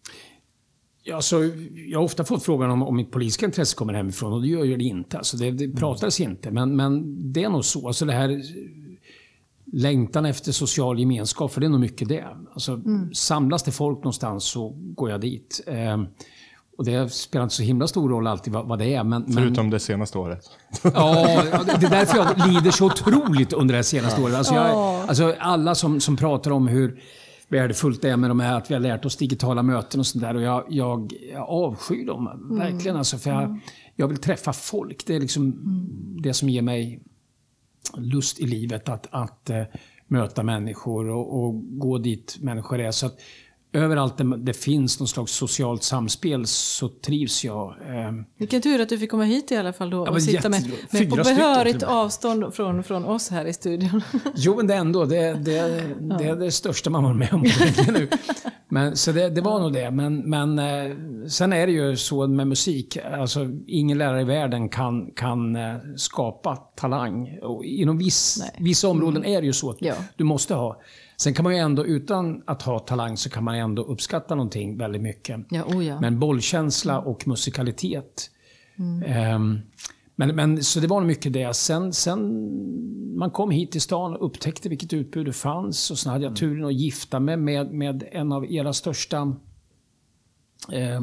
Ja, så jag har ofta fått frågan om, om mitt politiska intresse kommer hemifrån, och det gör det inte. Alltså det, det pratas mm. inte, men, men det är nog så. Alltså det här... Längtan efter social gemenskap, för det är nog mycket det. Alltså, mm. samlas det folk någonstans så går jag dit. Eh, och det spelar inte så himla stor roll alltid vad, vad det är. Men, Förutom men, det senaste året. Ja, det är därför jag lider så otroligt under det senaste ja. året. Alltså, jag, alltså, alla som, som pratar om hur värdefullt det är med de här, att vi har lärt oss digitala möten och sånt där. Och jag, jag, jag avskyr dem, mm. verkligen. Alltså, för jag, jag vill träffa folk. Det är liksom mm. det som ger mig... lust i livet att, att uh, möta människor och, och gå dit människor är. Så att överallt det, det finns någon slags socialt samspel så trivs jag. Um, Vilken tur att du fick komma hit i alla fall då ja, och sitta med, med på behörigt avstånd från, från oss här i studion. Jo, men det är ändå det, det, ja. det är det största man var med om nu. Men, så det, det var nog det. Men, men eh, sen är det ju så med musik. Alltså, ingen lärare i världen kan, kan eh, skapa talang. Och inom viss, vissa områden är det ju så att ja. du måste ha. Sen kan man ju ändå, utan att ha talang, så kan man ändå uppskatta någonting väldigt mycket. Ja, oh ja. Men bollkänsla och musikalitet. Mm. Eh, men, men, så det var nog mycket det. Sen, sen man kom hit till stan och upptäckte vilket utbud det fanns. Och sen hade jag turen att gifta mig med, med en av era största eh,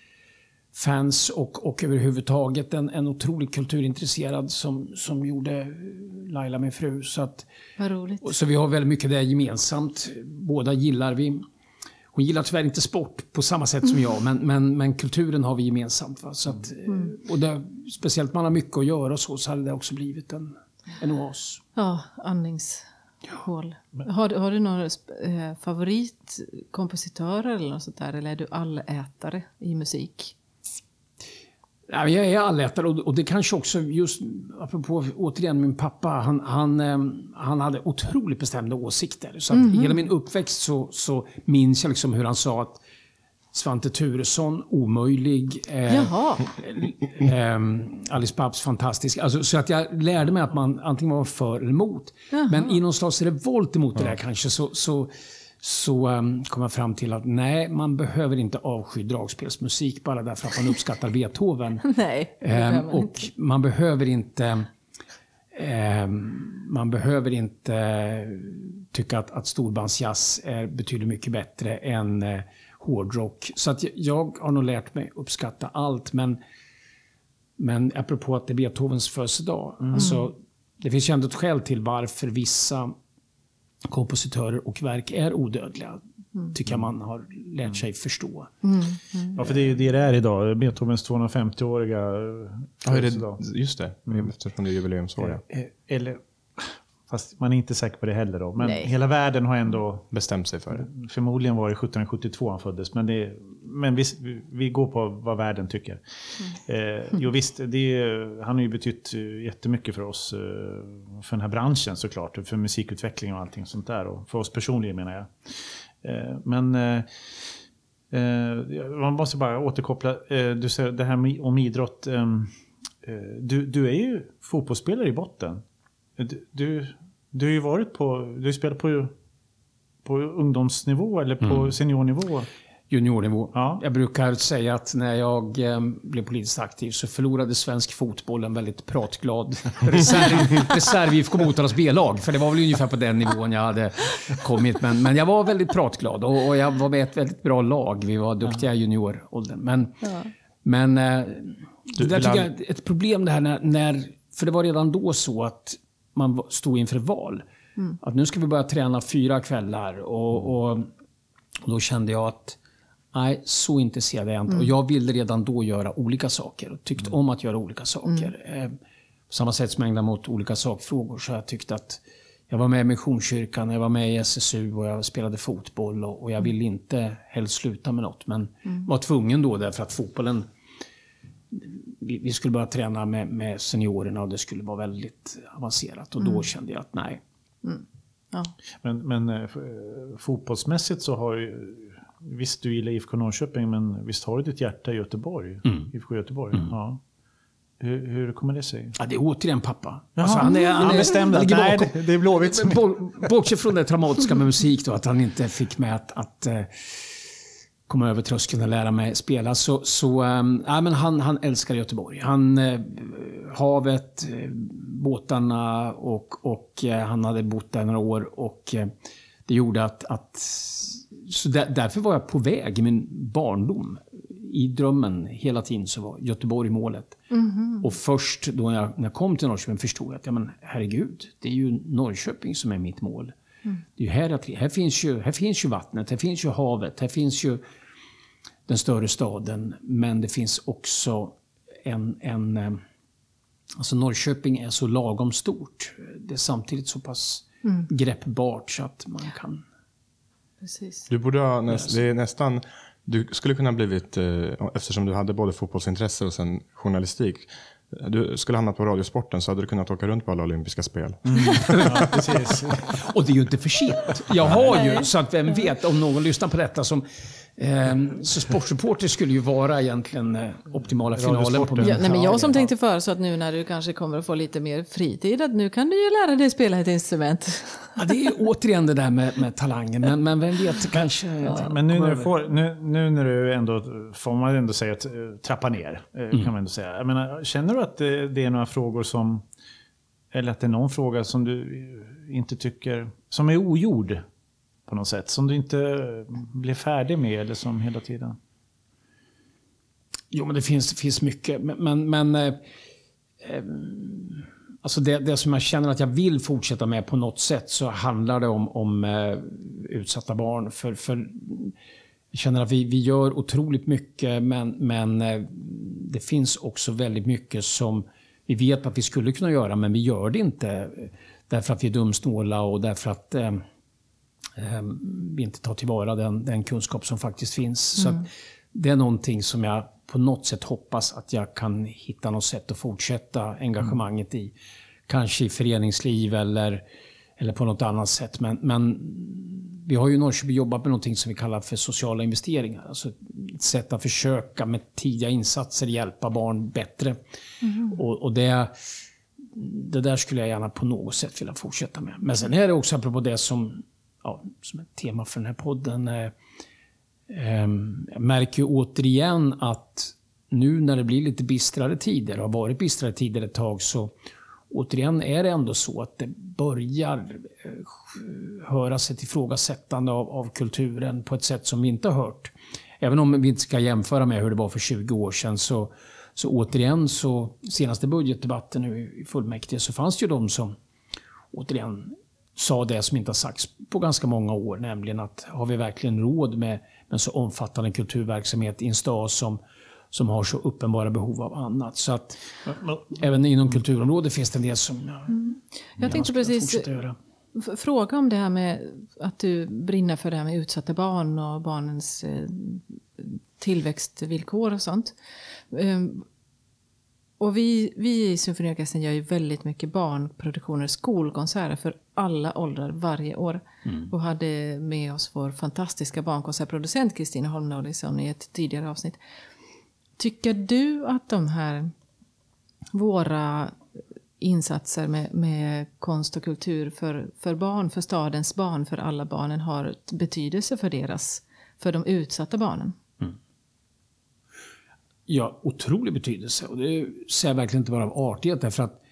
fans. Och, och överhuvudtaget en, en otroligt kulturintresserad som, som gjorde Laila min fru. Så, att, vad roligt. Så vi har väldigt mycket det gemensamt. Båda gillar vi. Hon gillar tyvärr inte sport på samma sätt som jag, men, men, men kulturen har vi gemensamt. Va? Så att, mm. och det, speciellt man har mycket att göra och så, så hade det också blivit en, en oas. Ja, andningshål. Ja. Har, har du några eh, favoritkompositörer eller något sånt där, eller är du allätare i musik? Ja, jag är allätare, och, och det kanske också just, apropå återigen min pappa, han, han, han hade otroligt bestämda åsikter. Så att mm-hmm. hela min uppväxt så, så minns jag liksom hur han sa att Svante Thuresson, omöjlig. Eh, Jaha. Eh, Alice Babs, fantastisk. Alltså, så att jag lärde mig att man antingen var för eller emot. Jaha. Men i någon slags revolt emot ja. det där kanske så... så så um, kom jag fram till att nej, man behöver inte avsky dragspelsmusik bara därför att man uppskattar Beethoven. Nej, um, man och inte. man behöver inte um, man behöver inte uh, tycka att, att storbandsjazz är betyder mycket bättre än uh, hårdrock. Så att jag, jag har nog lärt mig uppskatta allt, men men apropå att det är Beethovens födelsedag, mm. alltså, det finns ju ändå ett skäl till varför vissa kompositörer och verk är odödliga. Mm. Tycker jag man har lärt sig förstå. Mm. Mm. Ja, för det är ju det det är idag. Beethovens tvåhundrafemtioåriga ja, är det, just det, mm. eftersom det är jubileumsår. Eller, fast man är inte säker på det heller då. Men nej. Hela världen har ändå bestämt sig för det. Förmodligen var det sjuttonhundrasjuttiotvå han föddes. Men, det, men vi, vi går på vad världen tycker. Mm. Eh, jo visst, det, han har ju betytt jättemycket för oss. För den här branschen såklart. För musikutveckling och allting sånt där. Och för oss personligen menar jag. Eh, men... Eh, man måste bara återkoppla. Du säger det här om idrott. Du, du är ju fotbollsspelare i botten. Du, du, du har ju varit på, du har spelat på, på ungdomsnivå eller på mm. seniornivå. Juniornivå. Ja. Jag brukar säga att när jag eh, blev politiskt aktiv så förlorade svensk fotboll en väldigt pratglad reserv, reserv I F K Motalas B-lag. För det var väl ungefär på den nivån jag hade kommit. Men, men jag var väldigt pratglad och, och jag var med ett väldigt bra lag. Vi var duktiga i ja. junioråldern. Men, ja. men eh, det där tycker jag är ett problem det här när, när, för det var redan då så att man stod inför val. Mm. Att nu ska vi börja träna fyra kvällar och, och, och då kände jag att nej, så intresserad är jag inte. Mm. Och jag ville redan då göra olika saker. Och tyckte mm. om att göra olika saker. Mm. Eh, på samma sätt som jag ägnade mot olika sakfrågor. Så jag tyckte att jag var med i Missionskyrkan, jag var med i S S U och jag spelade fotboll. Och, och jag ville inte helst sluta med något. Men mm. var tvungen då därför att fotbollen... Vi, vi skulle börja träna med, med seniorerna och det skulle vara väldigt avancerat. Och mm. då kände jag att nej. Mm. Ja. Men, men äh, fotbollsmässigt så har ju... Visst, du gillar I F K Norrköping, men visst har du ditt hjärta i Göteborg? Mm. I F K Göteborg, mm. ja. Hur, hur kommer det sig? Ja, det är återigen pappa. Alltså, han, är, han, han bestämde att nej, det, det är Blåvitt som... Bortsett från det traumatiska med musik då, att han inte fick med att, att uh, komma över tröskeln och lära mig spela. Så, så um, ja, men han, han älskar Göteborg. Han, uh, havet, uh, båtarna och, och uh, han hade bott där några år. Och uh, det gjorde att... att så där, därför var jag på väg i min barndom. I drömmen hela tiden så var Göteborg målet. Mm-hmm. Och först då jag, när jag kom till Norrköping förstod jag att ja, men, herregud, det är ju Norrköping som är mitt mål. Mm. Det är ju här, att, här, finns ju, här finns ju vattnet, här finns ju havet, här finns ju den större staden. Men det finns också en... en alltså Norrköping är så lagom stort. Det är samtidigt så pass mm. greppbart så att man kan... Precis. Du borde ha näst, det är nästan, du skulle kunna blivit, eftersom du hade både fotbollsintresse och sen journalistik, du skulle hamna på Radiosporten så hade du kunnat åka runt på alla olympiska spel. Mm. Ja, precis. Och det är ju inte för sent. Jag har ju, så att vem vet om någon lyssnar på detta som eh, så sportsupporter skulle ju vara egentligen eh, optimala finalen på ja, nej, men jag som tänkte för så att nu när du kanske kommer att få lite mer fritid att nu kan du ju lära dig spela ett instrument. Ja, det är ju återigen det där med, med talangen, men, men vem vet kanske... Ja, men nu när, du får, nu, nu när du ändå, får man ändå säga att trappa ner, mm. kan man ändå säga. Jag menar, känner du att det, det är några frågor som, eller att det är någon fråga som du inte tycker, som är ogjord på något sätt, som du inte blir färdig med eller som hela tiden? Jo, men det finns, det finns mycket, men... men eh, eh, Alltså det, det som jag känner att jag vill fortsätta med på något sätt så handlar det om, om eh, utsatta barn. För, för jag känner att vi, vi gör otroligt mycket men, men eh, det finns också väldigt mycket som vi vet att vi skulle kunna göra men vi gör det inte. Därför att vi är dumsnåla och därför att eh, eh, vi inte tar tillvara den, den kunskap som faktiskt finns. Mm. Så att det är någonting som jag på något sätt hoppas att jag kan hitta något sätt att fortsätta engagemanget i. Kanske i föreningsliv eller, eller på något annat sätt. Men, men vi har ju i Norrköping jobbat med någonting som vi kallar för sociala investeringar. Alltså ett sätt att försöka med tidiga insatser hjälpa barn bättre. Mm. Och, och det, det där skulle jag gärna på något sätt vilja fortsätta med. Men sen är det också apropå det som, ja, som är tema för den här podden. Eh, Jag märker ju återigen att nu när det blir lite bistrare tider och har varit bistrare tider ett tag så återigen är det ändå så att det börjar höras ett ifrågasättande av, av kulturen på ett sätt som vi inte har hört. Även om vi inte ska jämföra med hur det var för tjugo år sedan så, så återigen så senaste budgetdebatten nu i fullmäktige så fanns det ju de som återigen sa det som inte har sagts på ganska många år, nämligen att har vi verkligen råd med en så omfattande kulturverksamhet i en stad som, som har så uppenbara behov av annat. Så att mm. även inom kulturområdet finns det en del som ja, mm. jag tänkte precis fråga om det här med att du brinner för det här med utsatta barn och barnens eh, tillväxtvillkor och sånt. Um, Och vi, vi i Symfoniorkestern gör ju väldigt mycket barnproduktioner, skolkonserter för alla åldrar varje år. Mm. Och hade med oss vår fantastiska barnkonsertproducent Kristina Holm-Nordisson i ett tidigare avsnitt. Tycker du att de här våra insatser med, med konst och kultur för, för barn, för stadens barn, för alla barnen har betydelse för deras, för de utsatta barnen? Mm. Ja, otrolig betydelse. Och det säger jag verkligen inte bara av artighet. Därför att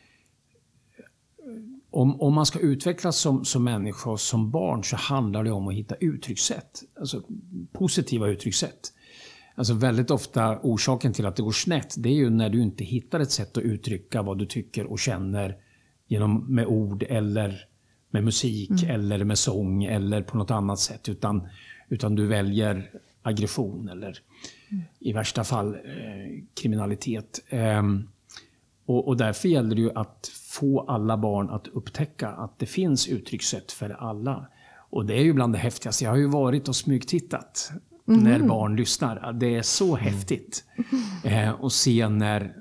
om, om man ska utvecklas som, som människa och som barn så handlar det om att hitta uttryckssätt. Alltså positiva uttryckssätt. Alltså väldigt ofta orsaken till att det går snett det är ju när du inte hittar ett sätt att uttrycka vad du tycker och känner genom med ord eller med musik mm. eller med sång eller på något annat sätt. Utan, utan du väljer aggression eller mm. i värsta fall eh, kriminalitet. Eh, och, och därför gäller det ju att få alla barn att upptäcka att det finns uttryckssätt för alla. Och det är ju bland det häftigaste. Jag har ju varit och smygtittat mm. när barn lyssnar. Det är så mm. häftigt. Eh, och se när,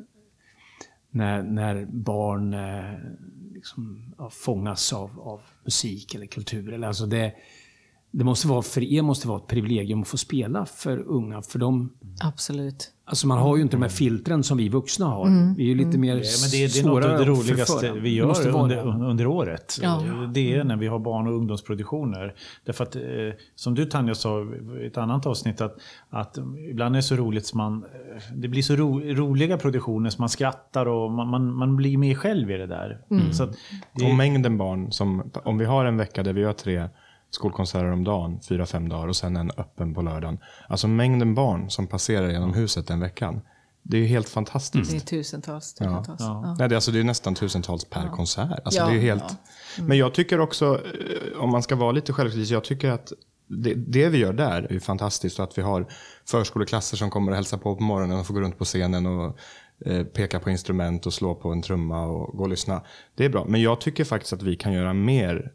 när, när barn eh, liksom, ja, fångas av, av musik eller kultur. Eller, alltså det, det måste vara, för er måste vara ett privilegium att få spela för unga. För de, Absolut. Alltså man har ju inte de här filtren som vi vuxna har. Mm. Vi är ju lite mm. mer ja, men det, det är något av det roligaste vi gör under, under året. Ja. Det är när vi har barn- och ungdomsproduktioner. Därför att, eh, som du Tanja sa i ett annat avsnitt, att, att ibland är det så roligt som man... Det blir så ro, roliga produktioner som man skrattar och man, man, man blir med själv i det där. Mm. Så att det, och mängden barn, som, om vi har en vecka där vi har tre skolkonserter om dagen, fyra, fem dagar och sen en öppen på lördagen. Alltså mängden barn som passerar genom huset den veckan. Det är ju helt fantastiskt. Det är tusentals. tusentals. Ja. Ja. Ja. Nej, det, är alltså, det är nästan tusentals per ja. konsert. Alltså, ja, det är ju helt... Ja. Mm. Men jag tycker också, om man ska vara lite självkritisk, jag tycker att det, det vi gör där är ju fantastiskt. Och att vi har förskoleklasser som kommer och hälsa på på morgonen och får gå runt på scenen och eh, peka på instrument och slå på en trumma och gå och lyssna. Det är bra. Men jag tycker faktiskt att vi kan göra mer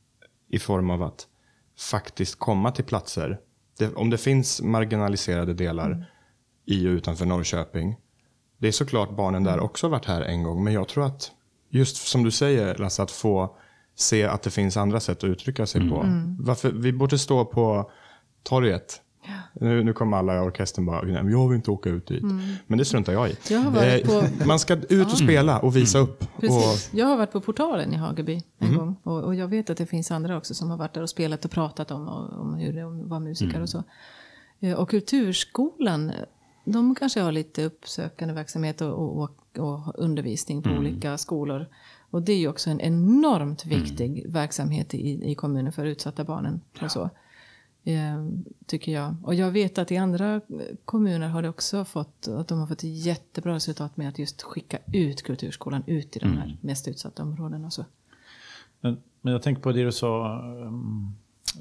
i form av att faktiskt komma till platser. Det, om det finns marginaliserade delar mm. i och utanför Norrköping. Det är såklart barnen där också varit här en gång. Men jag tror att just som du säger Lasse, att få se att det finns andra sätt att uttrycka sig mm. på. Mm. Varför, vi borde stå på torget. Ja. Nu, nu kommer alla i orkestern bara, jag vill inte åka ut dit. Mm. Men det struntar jag i. Jag har varit på... Man ska ut och spela och visa mm. upp. Precis. Och... Jag har varit på Portalen i Hageby en mm. gång. Och, och jag vet att det finns andra också som har varit där och spelat och pratat om, om hur det var musiker mm. och så. Och Kulturskolan, de kanske har lite uppsökande verksamhet och, och, och undervisning på mm. olika skolor. Och det är ju också en enormt viktig mm. verksamhet i, i kommunen för utsatta barnen och så. Eh, tycker jag. Och jag vet att i andra kommuner har det också fått, att de har fått ett jättebra resultat med att just skicka ut Kulturskolan ut i de här mm. mest utsatta områdena och så. Men, men jag tänker på det du sa um,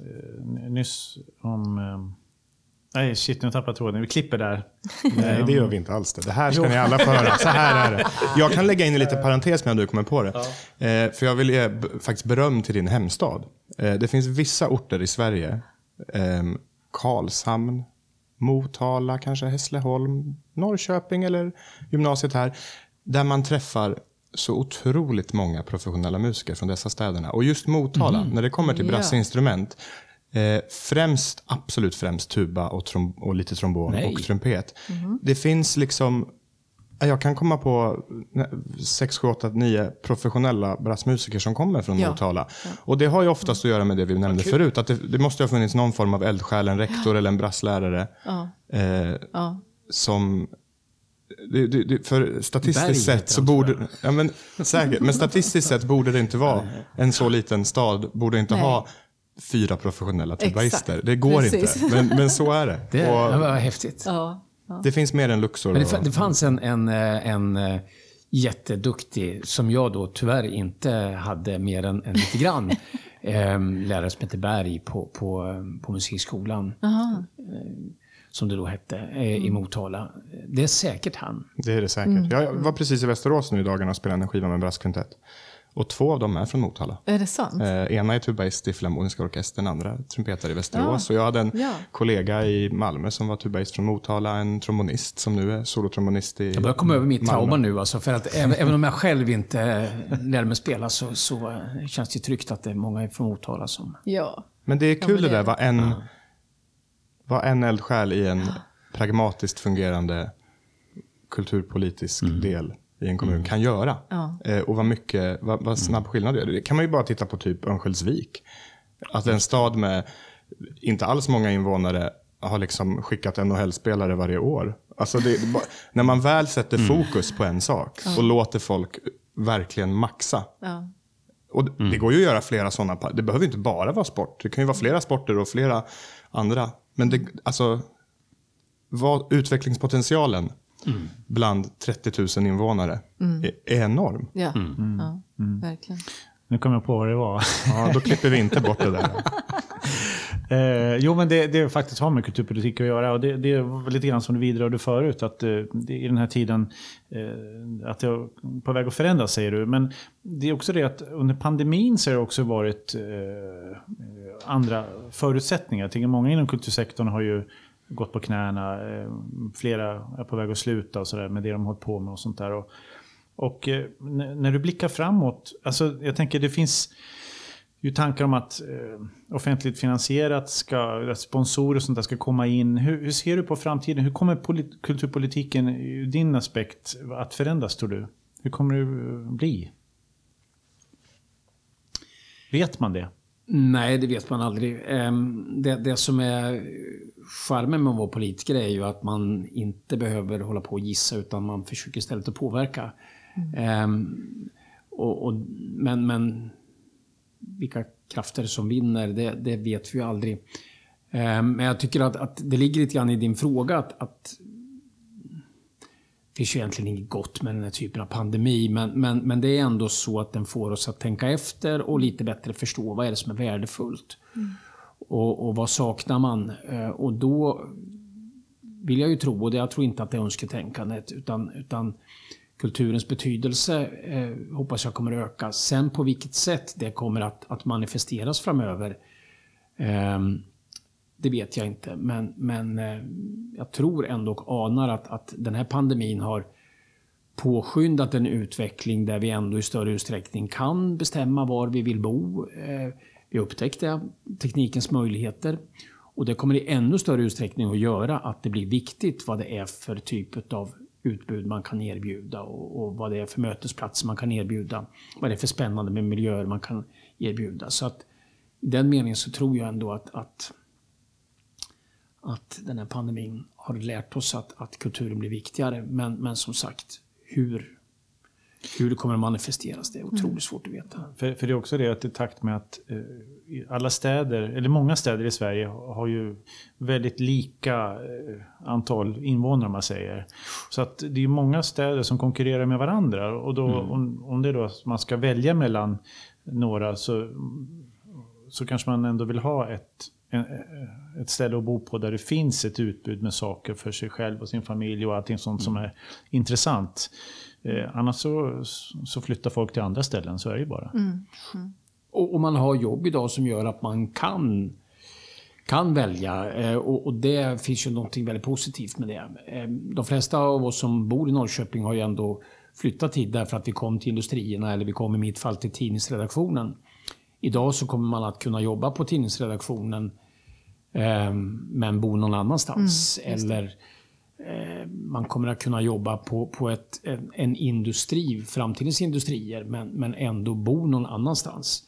nyss om... Um, nej, shit, nu tappar jag tråden. Vi klipper där. Nej, det gör vi inte alls. Det, det här ska ni alla få höra. Så här är det. Jag kan lägga in en liten parentes med att du kommer på det. Ja. Eh, för jag vill ge b- faktiskt beröm till din hemstad. Eh, det finns vissa orter i Sverige. Eh, Karlshamn, Motala, kanske Hässleholm, Norrköping eller gymnasiet här. Där man träffar så otroligt många professionella musiker från dessa städerna. Och just Motala, mm. när det kommer till brassinstrument... Eh, främst, absolut främst tuba och, trom- och lite trombon Nej. och trumpet. Mm-hmm. Det finns liksom, jag kan komma på sex, sju, åtta, nio professionella brassmusiker som kommer från ja. Motala. Ja. Och det har ju oftast mm. att göra med det vi nämnde okay. förut. Att det, det måste ha funnits någon form av eldsjäl, en rektor ja. eller en brasslärare. Ja. Eh, ja. Som... Det, det, det, för statistiskt Berg, sett så borde ja, men, säkert, men statistiskt sett borde det inte vara en så liten stad, borde inte Nej. ha fyra professionella tubaister. Det går Precis. inte, men, men så är det. Det, och, det var häftigt. Ja, ja. Det finns mer än Luxor. Men det, det fanns en, en, en jätteduktig, som jag då tyvärr inte hade mer än, än lite grann, eh, lärare som heter Berg på, på, på musikskolan. Aha. Som det då hette, i Motala. Det är säkert han. Det är det säkert. Mm. Jag var precis i Västerås nu i dagarna och spelade en skiva med en brasskvintett. Och två av dem är från Motala. Är det sant? Eh, ena är tubaist i Filharmoniska orkestern, andra trumpetare i Västerås. Ja. Och jag hade en ja. kollega i Malmö som var tubaist från Motala, en trombonist som nu är solotrombonist i Malmö. Jag börjar komma över mitt trauma nu, alltså, för att även, även om jag själv inte lär mig spela så, så känns det tryggt att det är många från Motala som... Ja. Men det är kul ja, det, det där, vad en, ja. vad en eldsjäl i en ja. pragmatiskt fungerande kulturpolitisk mm. del i en kommun mm. kan göra. Ja. Eh, och vad mycket, vad, vad snabb skillnad det är. Det kan man ju bara titta på typ Örnsköldsvik. Att en stad med inte alls många invånare har liksom skickat N H L-spelare varje år. Alltså det, när man väl sätter fokus mm. på en sak ja. och låter folk verkligen maxa. Ja. Och mm. det går ju att göra flera sådana. Det behöver inte bara vara sport. Det kan ju vara flera sporter och flera andra. Men det, alltså, vad, utvecklingspotentialen Mm. bland trettio tusen invånare mm. är, är enorm. Ja, mm. ja mm. verkligen. Nu kommer jag på vad det var. Ja, då klipper vi inte bort det där. Eh, jo, men det, det faktiskt har med kulturpolitik att göra. Och det, det är lite grann som du vidrörde förut. Att eh, det, i den här tiden eh, att det är på väg att förändras, säger du. Men det är också det att under pandemin så har det också varit eh, andra förutsättningar. Jag tänker många inom kultursektorn har ju gått på knäna. Eh, flera är på väg att sluta och så där, med det de har hållit på med och sånt där. Och, och eh, när du blickar framåt, alltså jag tänker det finns ju tankar om att eh, offentligt finansierat ska, att sponsorer och sånt där ska komma in. Hur, hur ser du på framtiden? Hur kommer polit- kulturpolitiken ur din aspekt att förändras, tror du? Hur kommer det bli? Vet man det? Nej, det vet man aldrig. Det, det som är charmen med att vara politiker är ju att man inte behöver hålla på och gissa, utan man försöker istället att påverka. Mm. Och, och, men, men vilka krafter som vinner, det, det vet vi ju aldrig. Men jag tycker att, att det ligger lite grann i din fråga att, att det finns ju egentligen inget gott med den här typen av pandemi, men, men, men det är ändå så att den får oss att tänka efter och lite bättre förstå vad är det som är värdefullt. Mm. Och, och vad saknar man? Och då vill jag ju tro, och det, jag tror inte att det är önsketänkandet, utan, utan kulturens betydelse eh, hoppas jag kommer att öka. Sen på vilket sätt det kommer att, att manifesteras framöver, eh, det vet jag inte. Men, men eh, jag tror ändå och anar att, att den här pandemin har påskyndat en utveckling där vi ändå i större utsträckning kan bestämma var vi vill bo. Eh, vi upptäckte teknikens möjligheter. Och det kommer i ännu större utsträckning att göra att det blir viktigt vad det är för typ av utbud man kan erbjuda och, och vad det är för mötesplatser man kan erbjuda. Vad det är för spännande med miljöer man kan erbjuda. Så att i den meningen så tror jag ändå att, att, att den här pandemin har lärt oss att, att kulturen blir viktigare. Men, men som sagt, hur, hur det kommer att manifesteras, det är otroligt mm. svårt att veta. För, för det är också det att i takt med att eh, alla städer, eller många städer i Sverige har ju väldigt lika eh, antal invånare, man säger. Så att det är många städer som konkurrerar med varandra. Och då, mm. om, om det är då man ska välja mellan några, så, så kanske man ändå vill ha ett, en, ett ställe att bo på där det finns ett utbud med saker för sig själv och sin familj och allting sånt mm. som är intressant. Eh, annars så, så flyttar folk till andra ställen, så är det ju bara. Mm. Mm. Och, och man har jobb idag som gör att man kan, kan välja. Eh, och, och det finns ju någonting väldigt positivt med det. Eh, de flesta av oss som bor i Norrköping har ju ändå flyttat hit därför att vi kom till industrierna, eller vi kom i mitt fall till tidningsredaktionen. Idag så kommer man att kunna jobba på tidningsredaktionen eh, men bo någon annanstans. Mm, eller man kommer att kunna jobba på, på ett, en, en industri, framtidens industrier, men, men ändå bo någon annanstans.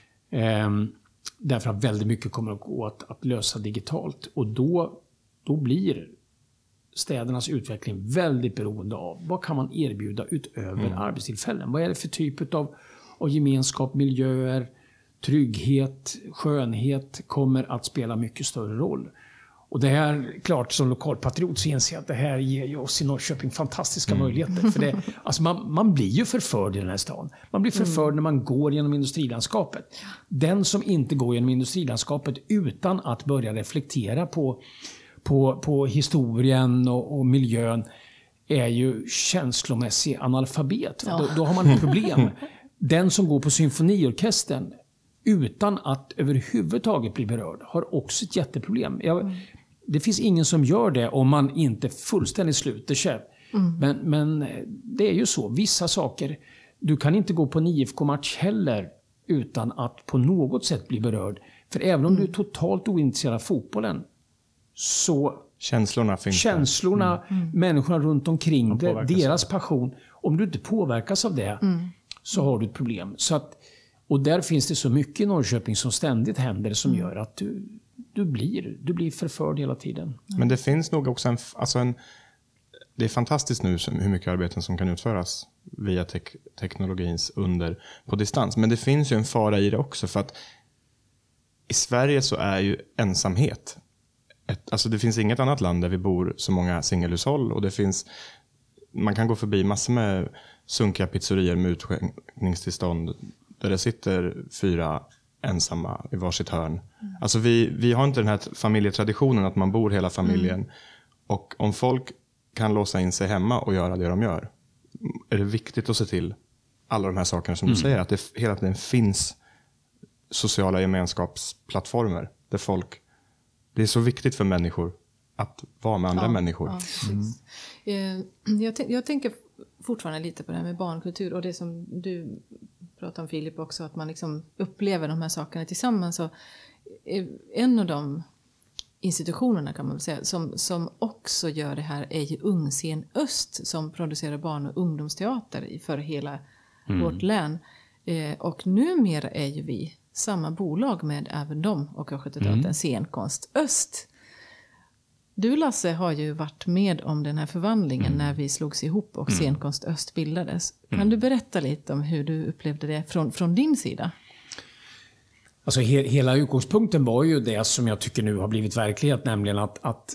Ehm, därför att väldigt mycket kommer att gå att, att lösa digitalt. Och då, då blir städernas utveckling väldigt beroende av vad kan man erbjuda utöver mm. arbetstillfällen. Vad är det för typ av, av gemenskap, miljöer, trygghet, skönhet kommer att spela mycket större roll. Och det här, klart som lokalpatriot så inser jag att det här ger ju oss i Norrköping fantastiska mm. möjligheter. För det, alltså man, man blir ju förförd i den här stan. Man blir förförd mm. när man går genom industrilandskapet. Den som inte går genom industrilandskapet utan att börja reflektera på, på, på historien och, och miljön är ju känslomässig analfabet. Ja. Då, då har man ett problem. Den som går på symfoniorkestern utan att överhuvudtaget bli berörd har också ett jätteproblem. Jag, mm. Det finns ingen som gör det om man inte fullständigt sluter sig. Mm. Men, men det är ju så. Vissa saker, du kan inte gå på en I F K-match heller utan att på något sätt bli berörd. För även om mm. du är totalt ointresserad av fotbollen, så känslorna finns känslorna, mm. Mm. människorna runt omkring det, deras passion. Om du inte påverkas av det mm. så har du ett problem. Så att, och där finns det så mycket i Norrköping som ständigt händer som mm. gör att du, du, blir, du blir förförd hela tiden. Mm. Men det finns nog också en, alltså en... Det är fantastiskt nu hur mycket arbeten som kan utföras via te- teknologins under på distans. Men det finns ju en fara i det också, för att i Sverige så är ju ensamhet. Ett, alltså det finns inget annat land där vi bor så många singelhushåll, och det finns, man kan gå förbi massor med sunkiga pizzerier med utskänkningstillstånd där det sitter fyra ensamma i varsitt hörn. Mm. Alltså vi, vi har inte den här familjetraditionen att man bor hela familjen. Mm. Och om folk kan låsa in sig hemma och göra det de gör, är det viktigt att se till alla de här sakerna som mm. du säger. Att det hela tiden finns sociala gemenskapsplattformer där folk, det är så viktigt för människor att vara med andra ja, människor. Ja, mm. jag, t- jag tänker fortfarande lite på det här med barnkultur och det som du pratar om, Filip, också, att man liksom upplever de här sakerna tillsammans. Så en av de institutionerna, kan man väl säga, som, som också gör det här är ju Ungscen Öst, som producerar barn- och ungdomsteater för hela mm. vårt län. Eh, och numera är ju vi samma bolag med även dem och Östgötateatern mm. Scenkonst Öst. Du, Lasse, har ju varit med om den här förvandlingen mm. när vi slogs ihop och mm. Scenkonst Öst bildades. Kan mm. du berätta lite om hur du upplevde det från, från din sida? Alltså he, hela utgångspunkten var ju det som jag tycker nu har blivit verklighet, nämligen att, att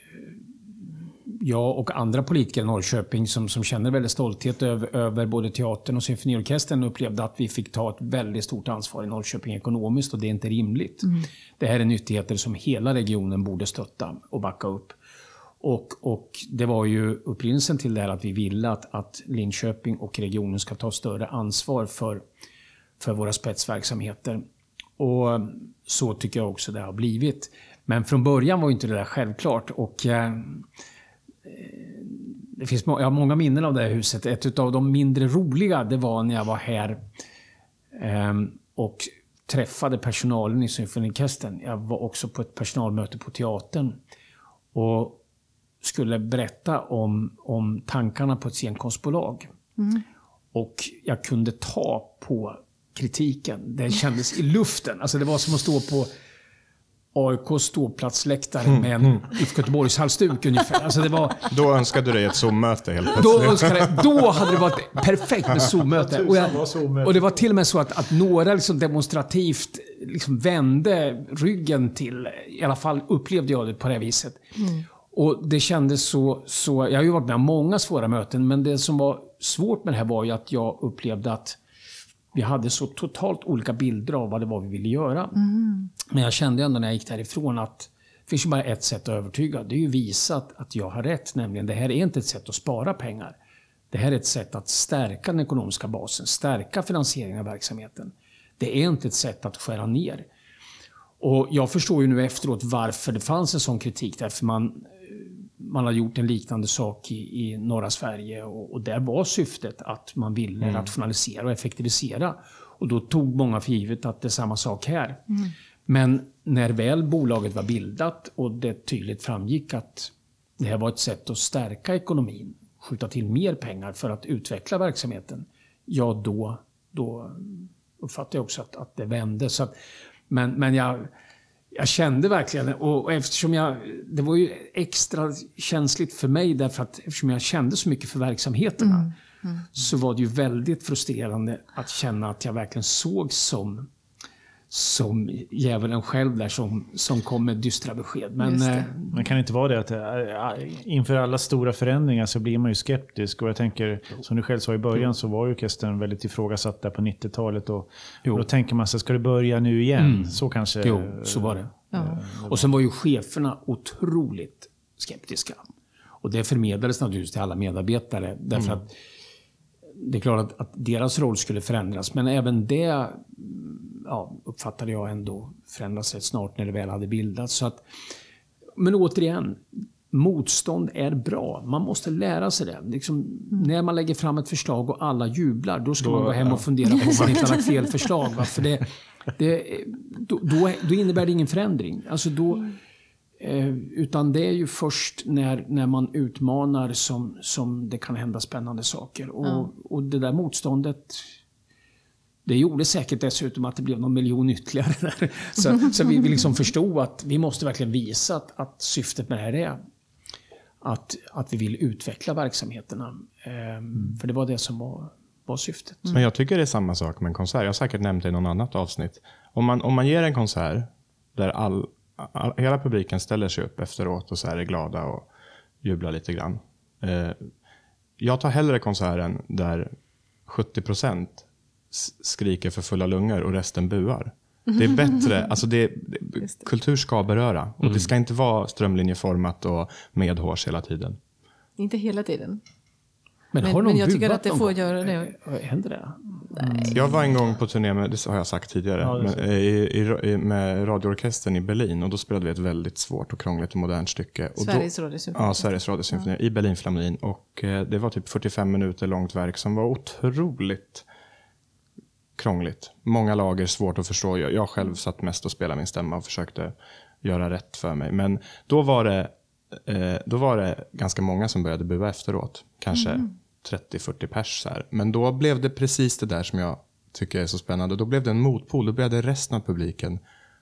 jag och andra politiker i Norrköping som, som känner väldigt stolthet över, över både teatern och symfoniorkestern upplevde att vi fick ta ett väldigt stort ansvar i Norrköping ekonomiskt, och det är inte rimligt. Mm. Det här är nyttigheter som hela regionen borde stötta och backa upp. Och, och det var ju upprinnelsen till det här att vi ville att, att Linköping och regionen ska ta större ansvar för, för våra spetsverksamheter. Och så tycker jag också det har blivit. Men från början var inte det där självklart. Och eh, det finns må- jag har många minnen av det här huset. Ett av de mindre roliga, det var när jag var här eh, och träffade personalen i symfoniorkestern. Jag var också på ett personalmöte på teatern och skulle berätta om, om tankarna på ett scenkonstbolag. Mm. Och jag kunde ta på kritiken. Det kändes i luften. Alltså det var som att stå på A I K:s ståplatsläktare mm, med en mm. I F K Göteborgs halsduk ungefär. Alltså det var, då önskade du dig ett Zoom-möte helt plötsligt. Då, önskade, då hade det varit perfekt med Zoom-möte. Och, jag, och det var till och med så att, att några liksom demonstrativt liksom vände ryggen till. I alla fall upplevde jag det på det viset. Mm. Och det kändes så, så... Jag har ju varit med om många svåra möten, men det som var svårt med det här var ju att jag upplevde att vi hade så totalt olika bilder av vad det var vi ville göra. Mm. Men jag kände ändå när jag gick därifrån att det finns ju bara ett sätt att övertyga. Det är ju visat att jag har rätt. Nämligen, det här är inte ett sätt att spara pengar. Det här är ett sätt att stärka den ekonomiska basen. Stärka finansieringen av verksamheten. Det är inte ett sätt att skära ner. Och jag förstår ju nu efteråt varför det fanns en sån kritik. Därför man, man har gjort en liknande sak i, i norra Sverige. Och, och där var syftet att man ville mm. rationalisera och effektivisera. Och då tog många för givet att det är samma sak här. Mm. Men när väl bolaget var bildat och det tydligt framgick att det här var ett sätt att stärka ekonomin, skjuta till mer pengar för att utveckla verksamheten, ja då, då uppfattade jag också att, att det vände. Så att, men men jag, jag kände verkligen, och, och eftersom jag, det var ju extra känsligt för mig därför att eftersom jag kände så mycket för verksamheterna mm. Mm. så var det ju väldigt frustrerande att känna att jag verkligen såg som som djävulen själv där som, som kom med dystra besked. Men man kan inte vara det att äh, inför alla stora förändringar så blir man ju skeptisk, och jag tänker, som du själv sa i början, jo. så var ju orkestern väldigt ifrågasatt där på nittiotalet, och, och då tänker man sig, ska det börja nu igen? Mm. Så kanske... Jo, så var det. Ja. Och sen var ju cheferna otroligt skeptiska. Och det förmedlades naturligtvis till alla medarbetare, därför mm. att det är klart att, att deras roll skulle förändras, men även det ja, uppfattade jag ändå förändras rätt snart när det väl hade bildats. Så att, men återigen, motstånd är bra. Man måste lära sig det. Liksom, mm. När man lägger fram ett förslag och alla jublar, då ska då, man gå hem och fundera på om man inte har lagt fel förslag. Va? För det, det, då, då, då innebär det ingen förändring. Alltså då, eh, utan det är ju först när, när man utmanar som, som det kan hända spännande saker. Och, mm. och det där motståndet, det gjorde säkert dessutom att det blev någon miljon ytterligare där. Så, så vi, vi liksom förstod att vi måste verkligen visa att, att syftet med det här är att, att vi vill utveckla verksamheterna. Ehm, för det var det som var, var syftet. Mm. Men jag tycker det är samma sak med en konsert. Jag har säkert nämnt det i någon annat avsnitt. Om man, om man ger en konsert där all, all, hela publiken ställer sig upp efteråt och så här är glada och jublar lite grann. Eh, jag tar hellre konserten där sjuttio procent skriker för fulla lungor och resten buar. Det är bättre, alltså det, det, det. kultur ska beröra. Och Mm. det ska inte vara strömlinjeformat och medhårs hela tiden. Inte hela tiden. Men, Men- har någon men jag tycker buat att det någon får gång? göra det. Eh, Händer det? Jag var en gång på turné med, det har jag sagt tidigare, Ja, det är men, så. i, i, med radioorkestern i Berlin. Och då spelade vi ett väldigt svårt och krångligt och modernt stycke. Och Sveriges då, radiosymfoni. Ja, Sveriges radiosymfoni i Berlinfilharmonin. Och eh, det var typ fyrtiofem minuter långt verk som var otroligt krångligt. Många lager, svårt att förstå. Jag, jag själv satt mest och spelade min stämma och försökte göra rätt för mig. Men då var det, eh, då var det ganska många som började bua efteråt. Kanske Mm. trettio fyrtio pers så här. Men då blev det precis det där som jag tycker är så spännande. Då blev det en motpol. Då började resten av publiken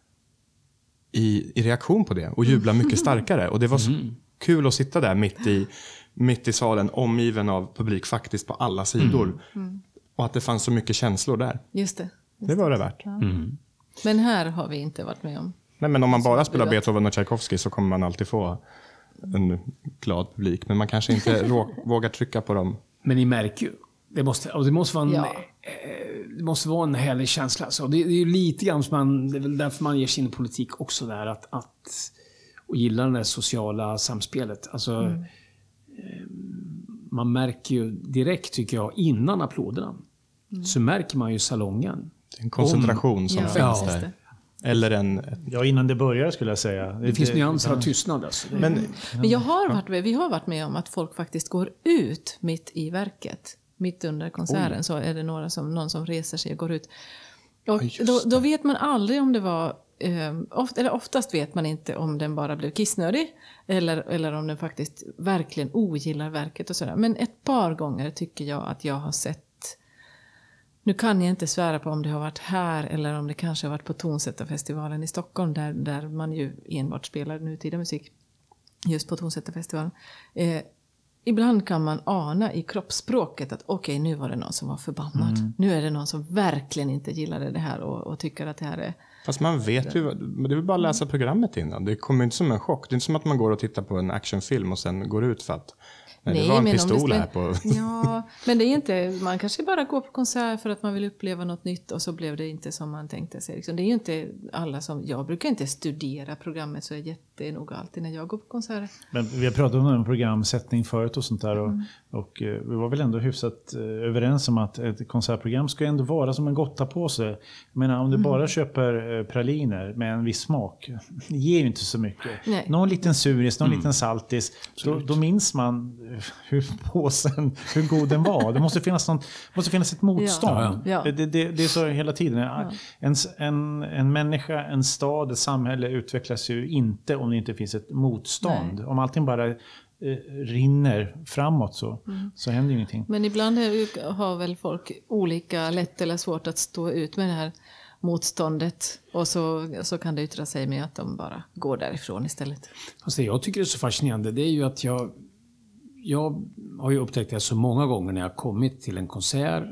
i, i reaktion på det och jubla mycket starkare. Och det var så kul att sitta där mitt i, mitt i salen, omgiven av publik faktiskt på alla sidor. Och att det fanns så mycket känslor där. Just det. Det var det värt. Men här har vi inte varit med om. Nej, men om man bara spelar buat. Beethoven och Tchaikovsky så kommer man alltid få en glad publik. Men man kanske inte rå, vågar trycka på dem. Men ni märker ju. Det måste, och det måste vara en, Ja. eh, det måste vara en härlig känsla. Så det, det är ju lite grann som man, det är väl därför man ger sin politik också där. Att, att, och gillar det där sociala samspelet. Alltså, Mm. eh, man märker ju direkt, tycker jag, innan applåderna. Mm. Så märker man ju salongen. Det är en koncentration som Ja, finns just där. det. Eller en... Ja, innan det börjar skulle jag säga. Det finns nyanser av tystnad. Alltså. Det, Men Men jag har varit med, vi har varit med om att folk faktiskt går ut mitt i verket. Mitt under konserten så är det några som, någon som reser sig och går ut. Och Ja, just då, då vet man aldrig om det var... Eh, oft, eller oftast vet man inte om den bara blev kissnödig. Eller, eller om den faktiskt verkligen ogillar verket och sådär. Men ett par gånger tycker jag att jag har sett... Nu kan jag inte svära på om det har varit här eller om det kanske har varit på Tonsättarfestivalen i Stockholm där, där man ju enbart spelar nutida musik just på Tonsättarfestivalen. Eh, ibland kan man ana i kroppsspråket att okej, nu var det någon som var förbannad. Mm. Nu är det någon som verkligen inte gillade det här och, och tycker att det här är... Fast man vet ju, det är väl bara att läsa programmet innan. Det kommer inte som en chock. Det är inte som att man går och tittar på en actionfilm och sen går ut för att nej, det var en men om pistol det- här på... Ja, men det är inte... Man kanske bara går på konsert för att man vill uppleva något nytt och så blev det inte som man tänkte sig. Liksom, det är ju inte alla som... Jag brukar inte studera programmet så är jättenoga alltid när jag går på konserter. Men vi har pratat om en programsättning förut och sånt där. Och, Mm. och eh, vi var väl ändå hyfsat eh, överens om att ett konsertprogram ska ändå vara som en gottapåse. Jag menar, om du Mm. bara köper eh, praliner med en viss smak, det ger ju inte så mycket. Nej. Någon liten suris, någon Mm. liten saltis, då, då minns man eh, hur påsen, hur god den var. Det måste finnas, någon, måste finnas ett motstånd. Ja, ja. Det, det, det är så hela tiden. En, en, en människa, en stad, ett samhälle utvecklas ju inte om det inte finns ett motstånd. Nej. Om allting bara eh, rinner framåt så, Mm. så händer ju ingenting. Men ibland är ju- har väl folk olika lätt eller svårt att stå ut med det här motståndet. Och så, så kan det yttra sig med att de bara går därifrån istället. Fast det jag tycker är så fascinerande, det är ju att jag, jag har ju upptäckt det så många gånger när jag har kommit till en konsert,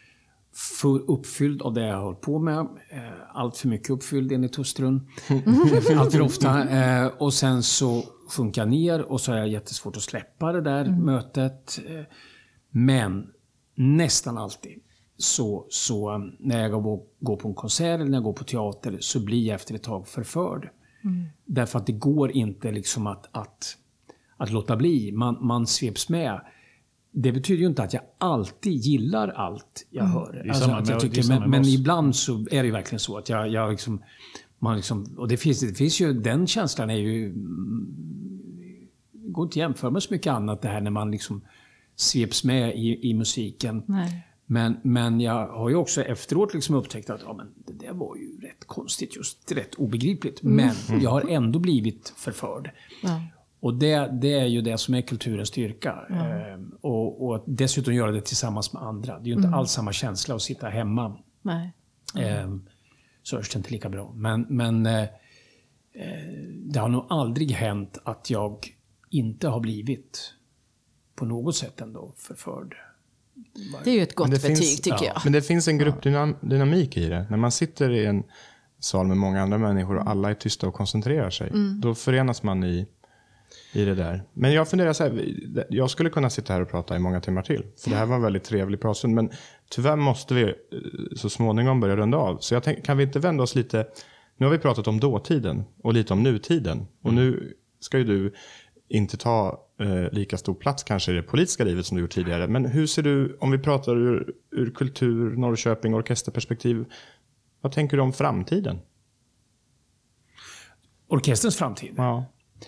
full, uppfylld av det jag har hållit på med, eh, allt för mycket uppfylld enligt hustrun, allt för ofta, eh, och sen så sjunker jag ner och så är jag jättesvårt att släppa det där mötet. Eh, men nästan alltid så, så eh, när jag går, går på en konsert eller när jag går på teater så blir jag efter ett tag förförd. Därför att det går inte liksom att, att, att låta bli. Man, man sveps med. Det betyder ju inte att jag alltid gillar allt jag hör. är Alltså, samma att med- jag det är tycker, samma men, med men oss. ibland så är det ju verkligen så att jag, jag liksom, man liksom... Och det finns, det finns ju... Den känslan är ju... Det går inte att jämföra med så mycket annat det här när man liksom sveps med i, i musiken. Nej. Men, men jag har ju också efteråt liksom upptäckt att ja, men det där var ju rätt konstigt, just rätt obegripligt. Men jag har ändå blivit förförd. Ja. Och det, det är ju det som är kulturens styrka. Ehm, och, och att dessutom göra det tillsammans med andra. Det är ju inte alls samma känsla att sitta hemma. Nej. Ehm, så hörs det inte lika bra. Men, men eh, eh, det har nog aldrig hänt att jag inte har blivit på något sätt ändå förförd. Det är ju ett gott Men det betyg finns- tycker ja, jag. Men det finns en gruppdynamik i det. När man sitter i en sal med många andra människor och alla är tysta och koncentrerar sig. Då förenas man i, i det där. Men jag funderar så här, jag skulle kunna sitta här och prata i många timmar till. För det här var en väldigt trevlig pratstund. Men tyvärr måste vi så småningom börja runda av. Så jag tänk, kan vi inte vända oss lite, nu har vi pratat om dåtiden och lite om nutiden. Och nu ska ju du inte ta eh, lika stor plats kanske i det politiska livet som du gjort tidigare. Men hur ser du, om vi pratar ur, ur kultur, Norrköping, orkesterperspektiv, vad tänker du om framtiden? Orkesterns framtid? Ja.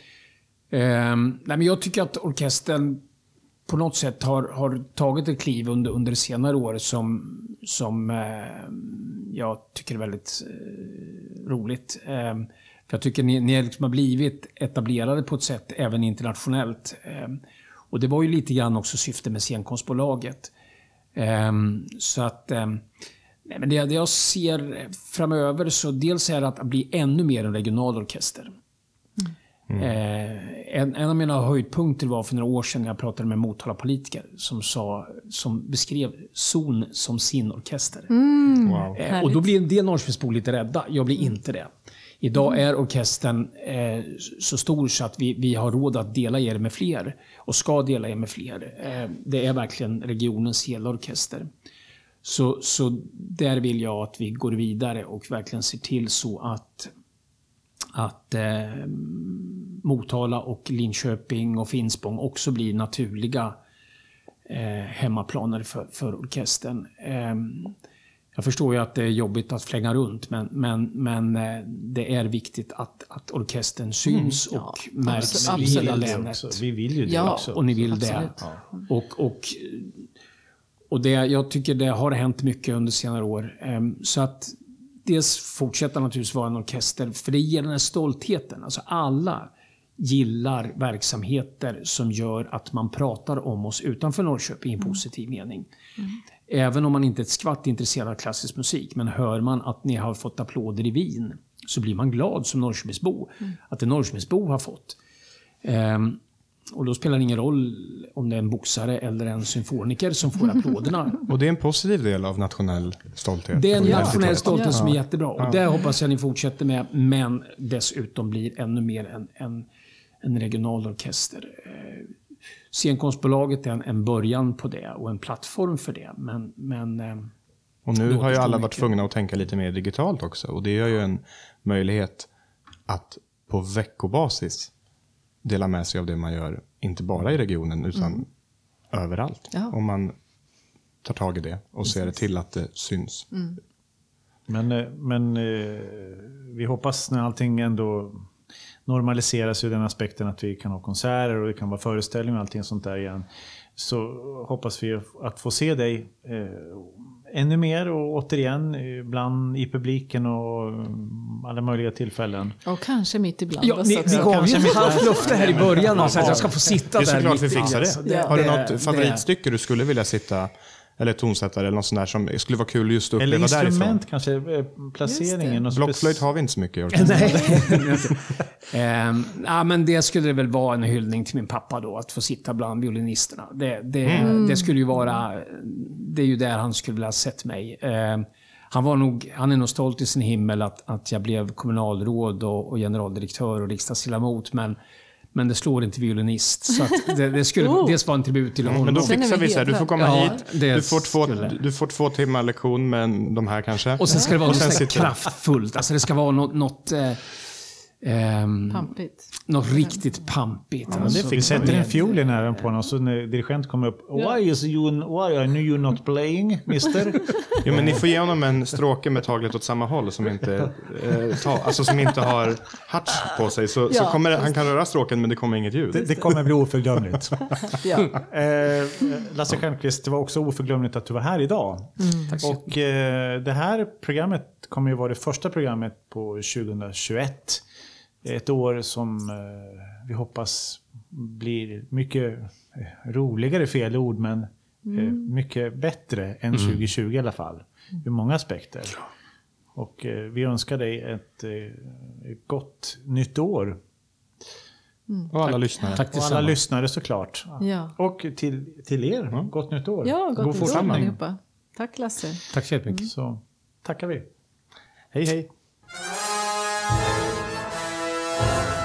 Eh, nej, men jag tycker att orkestern på något sätt har, har tagit ett kliv under, under senare år som, som eh, jag tycker är väldigt eh, roligt. Eh, för jag tycker ni, ni liksom har blivit etablerade på ett sätt även internationellt. Eh, och det var ju lite grann också syfte med Scenkonstbolaget. Eh, så att eh, nej, men det, det jag ser framöver, så dels är det att bli ännu mer en regional orkester. Mm. Eh, en, en av mina höjdpunkter var för några år sedan när jag pratade med Motala politiker som, sa, som beskrev Zon som sin orkester. Mm. Wow. Eh, och då blir en del Norrköpingsbor lite rädda. Jag blir inte det. Idag är orkestern eh, så stor så att vi, vi har råd att dela er med fler. Och ska dela er med fler. Eh, det är verkligen regionens hela orkester. Så, så där vill jag att vi går vidare och verkligen ser till så att att eh, Motala och Linköping och Finspång också blir naturliga eh, hemmaplaner för, för orkestern. Eh, jag förstår ju att det är jobbigt att flänga runt, men, men, men eh, det är viktigt att, att orkestern syns mm, och ja, märks absolut, i hela länet. Också. Vi vill ju det ja, också. Och ni vill absolut. det. Ja. Och, och, och det, jag tycker det har hänt mycket under senare år. Eh, så att dels fortsätta naturligtvis vara en orkester, för det ger den här stoltheten. Alltså alla gillar verksamheter som gör att man pratar om oss utanför Norrköping i en positiv mening. Mm. Även om man inte är ett skvatt intresserad av klassisk musik, men hör man att ni har fått applåder i Wien, så blir man glad som Norrköpingsbo. Mm. Att en Norrköpingsbo har fått. Um, Och då spelar det ingen roll om det är en boxare eller en symfoniker som får applåderna. Och det är en positiv del av nationell stolthet. Det är en ja. nationell stolthet ja. som är jättebra. Och ja. det hoppas jag ni fortsätter med. Men dessutom blir ännu mer en, en, en regional orkester. Scenkonstbolaget är en, en början på det och en plattform för det. Men, men, och nu har ju alla varit tvungna att tänka lite mer digitalt också. Och det gör ju en möjlighet att på veckobasis dela med sig av det man gör, inte bara i regionen utan mm. överallt. Ja. Om man tar tag i det och Precis. ser det till att det syns. Mm. Men, men vi hoppas när allting ändå normaliseras ur den aspekten att vi kan ha konserter och det kan vara föreställningar och allting sånt där igen, så hoppas vi att få se dig eh, ännu mer och återigen ibland i publiken och alla möjliga tillfällen. Och kanske mitt ibland. Ja, ni, ni gav ju ett halvt löfte här i början och så att jag ska få sitta där. Det är såklart vi fixar det. Ja. Har du det, något favoritstycke du skulle vilja sitta, eller tonsättare eller något sånt där som skulle vara kul just att uppleva därifrån? Eller instrument kanske, placeringen. Blockflöjt har vi inte så mycket. Nej. um, ja, men det skulle det väl vara en hyllning till min pappa då, att få sitta bland violinisterna. Det, det, mm. det skulle ju vara, det är ju där han skulle vilja ha sett mig. Um, han, var nog, han är nog stolt i sin himmel att, att jag blev kommunalråd och, och generaldirektör och riksdagsledamot, men Men det slår inte violinist. Så att det, det skulle oh. dels vara en tribut till honom. Men då fixar vi så här. Du får komma ja, hit. Du får, två, du får två timmar lektion med de här kanske. Och sen ska det vara något kraftfullt. Alltså det ska vara något... något eh, Um, pampigt. Något riktigt pampigt. Ja, alltså, vi sätter en fiol i näven på honom så när dirigent kommer upp. Why is you, why are you not playing, mister? Jo, men ni får ge honom en stråke med taglet åt samma håll som inte, eh, ta, alltså som inte har hatch på sig. Så, ja, så kommer, han kan röra stråken men det kommer inget ljud. Det, det kommer bli oförglömligt. ja. eh, Lasse Stjernqvist, det var också oförglömligt att du var här idag. Mm. Och eh, det här programmet kommer ju vara det första programmet på tjugohundratjugoett. Ett år som eh, vi hoppas blir mycket eh, roligare, fel ord, men mm. eh, mycket bättre än mm. tjugohundratjugo i alla fall. Ur många aspekter. Och eh, vi önskar dig ett, eh, ett gott nytt år. Mm. Och alla Tack. lyssnare. Tack till och alla lyssnare såklart. Ja. Och till, till er, mm. gott nytt år. Ja, gott God nytt år allihopa. Tack Lasse. Tack så mycket. Mm. Så tackar vi. Hej hej.